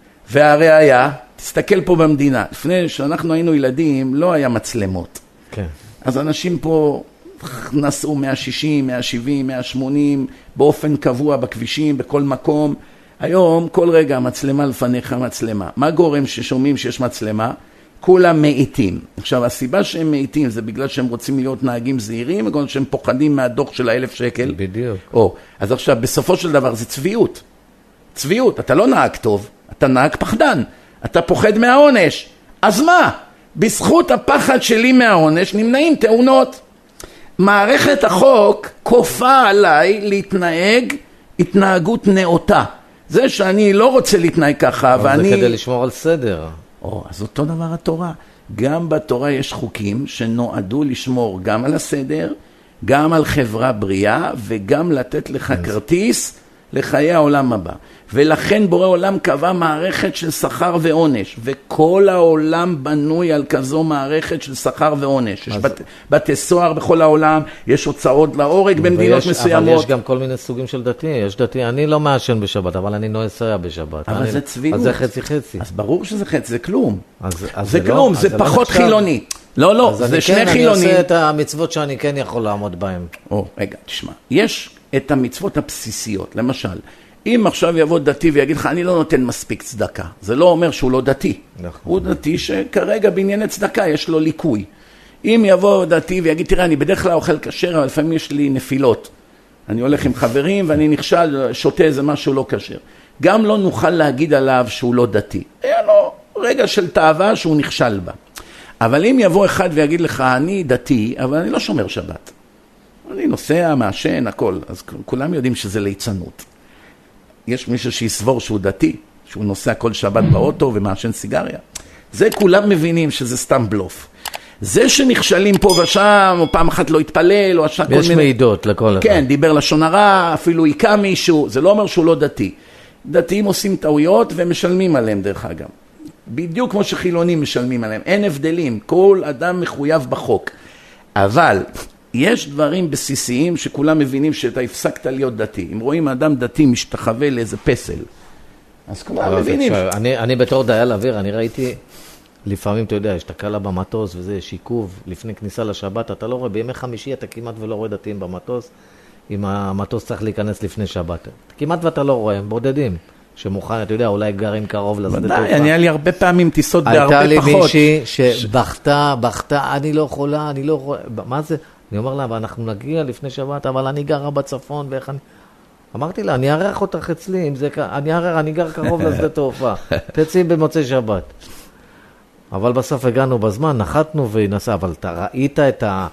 והראיה, תסתכל פה במדינה. לפני שאנחנו היינו ילדים, לא היה מצלמות. כן. אז אנשים פה נסעו מאה שישים, מאה שבעים, מאה שמונים, באופן קבוע בכבישים, בכל מקום. היום, כל רגע, מצלמה לפניך מצלמה. מה גורם ששומעים שיש מצלמה? כולם מאיטים. עכשיו, הסיבה שהם מאיטים זה בגלל שהם רוצים להיות נהגים זהירים, וגם שהם פוחדים מהדוח של האלף שקל. בדיוק. או, אז עכשיו, בסופו של דבר, זה צביעות. צביעות, אתה לא נהג טוב, אתה נהג פחדן, אתה פוחד מהעונש. אז מה? בזכות הפחד שלי מהעונש נמנעים תאונות. מערכת החוק כופה עליי להתנהג התנהגות נאותה. זה שאני לא רוצה להתנהג ככה, ואני... זה כדי לשמור על סדר. או, אז אותו דבר התורה. גם בתורה יש חוקים שנועדו לשמור גם על הסדר, גם על חברה בריאה, וגם לתת לך כרטיס לחיי העולם הבא. ולכן בורא עולם קבע מערכת של שכר ועונש, וכל העולם בנוי על כזו מערכת של שכר ועונש. יש בת, בתי סוהר בכל העולם, יש הוצאות להורג במדינות ויש, מסוימות. אבל יש גם כל מיני סוגים של דתי. יש דתי, אני לא מעשן בשבת, אבל אני נועסע בשבת. אבל אני, זה צביעות. אז זה חצי חצי. אז ברור שזה חצי, זה כלום. אז, אז זה, זה כלום, לא, זה, זה פחות לא חילוני. לא, לא, זה שני כן, חילונים. אני עושה את המצוות שאני כן יכול לעמוד בהם. או, רגע, תשמע. יש את המצוות הבסיסיות, למשל. אם עכשיו יבוא דתי ויגיד לך, אני לא נותן מספיק צדקה, זה לא אומר שהוא לא דתי. נכון. הוא דתי שכרגע בענייני צדקה יש לו ליקוי. אם יבוא דתי ויגיד, תראה, אני בדרך כלל אוכל כשר, אבל לפעמים יש לי נפילות. אני הולך עם חברים ואני נכשל, שותה איזה משהו לא כשר. גם לא נוכל להגיד עליו שהוא לא דתי. היה לו רגע של תאווה שהוא נכשל בה. אבל אם יבוא אחד ויגיד לך, אני דתי, אבל אני לא שומר שבת. אני נוסע, מעשן, הכל. אז כולם יודעים שזה ליצנות. יש מישהו שיסבור שהוא דתי, שהוא נוסע כל שבת באוטו ומעשן סיגריה. זה כולם מבינים שזה סתם בלוף. זה שנכשלים פה ושם, או פעם אחת לא התפלל, או עשה כל מיני... יש מעידות לכל אחד. כן, דיבר לשון הרע, אפילו עיקה מישהו, זה לא אומר שהוא לא דתי. דתיים עושים טעויות ומשלמים עליהם דרך אגב. בדיוק כמו שחילונים משלמים עליהם. אין הבדלים, כל אדם מחויב בחוק. אבל... יש דברים בסיסיים שכולם מבינים שאתה הפסקת להיות דתי. אם רואים אדם דתי משתחווה לאיזה פסל, אז כבר מבינים. אני, אני בתור דייל אוויר, אני ראיתי, לפעמים אתה יודע, יש תקלה במטוס וזה שיקוב, לפני כניסה לשבת, אתה לא רואה, בימי חמישי אתה כמעט ולא רואה דתיים במטוס, אם המטוס צריך להיכנס לפני שבת. כמעט ואתה לא רואה, הם בודדים. שמוכן, אתה יודע, אולי גרים קרוב לשדה תעופה. ודאי, אני היה לי הרבה פעמים טיסות בהרבה פחות. הייתה לי מישהי שבכתה, בכתה, אני לא יכולה, אני לא יכולה, מה זה? אני אומר לה, ואנחנו נגיע לפני שבת, אבל אני גרה בצפון, ואיך אני... אמרתי לה, אני אערך אותך אצלי, אם זה... אני אערך, אני גר קרוב לשדה תעופה. תצאי במוצאי שבת. אבל בסוף הגענו בזמן, נחתנו ונסע, אבל אתה ראית את ה...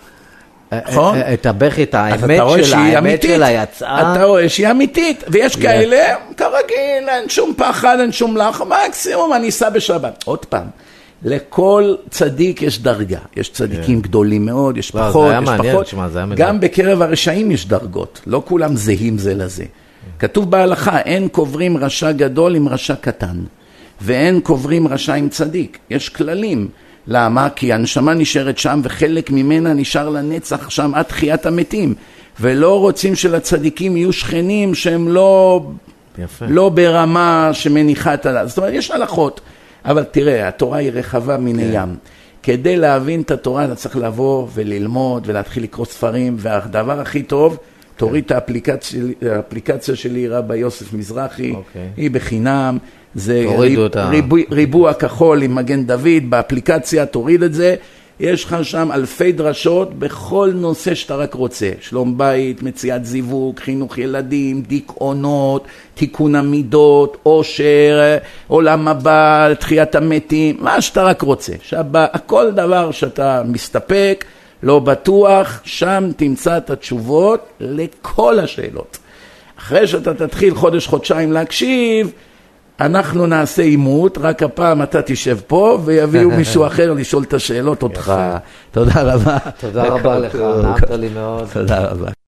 את הבכי, את האמת שלה, האמת שלה יצאה. אתה רואה שהיא אמיתית, ויש כאלה, כרגיל, אין שום פחד, אין שום לחץ, מקסימום אני אסע בשבת. עוד פעם, לכל צדיק יש דרגה, יש צדיקים גדולים מאוד, יש פחות, יש פחות, גם בקרב הרשעים יש דרגות, לא כולם זהים זה לזה. כתוב בהלכה, אין קוברים רשע גדול עם רשע קטן, ואין קוברים רשע עם צדיק, יש כללים. למה? כי הנשמה נשארת שם וחלק ממנה נשאר לנצח שם עד תחיית המתים, ולא רוצים שלצדיקים יהיו שכנים שהם לא, לא ברמה שמניחה את הלאה. זאת אומרת, יש הלכות, אבל תראה, התורה היא רחבה מן הים. כדי להבין את התורה אתה צריך לבוא וללמוד ולהתחיל לקרוא ספרים, והדבר הכי טוב, תוריד את האפליקציה, האפליקציה שלי, רבי יוסף מזרחי, היא בחינם, זה ריב, ריבו, ריבוע כחול עם מגן דוד, באפליקציה תוריד את זה, יש לך שם אלפי דרשות בכל נושא שאתה רק רוצה, שלום בית, מציאת זיווג, חינוך ילדים, דיכאונות, תיקון המידות, עושר, עולם הבא, תחיית המתים, מה שאתה רק רוצה, שבה, כל דבר שאתה מסתפק, לא בטוח, שם תמצא את התשובות לכל השאלות. אחרי שאתה תתחיל חודש, חודשיים להקשיב, אנחנו נעשה אימות, רק הפעם אתה תשב פה, ויביאו מישהו אחר לשאול את השאלות אותך. תודה רבה. תודה רבה לך, נעמת לי מאוד. תודה רבה.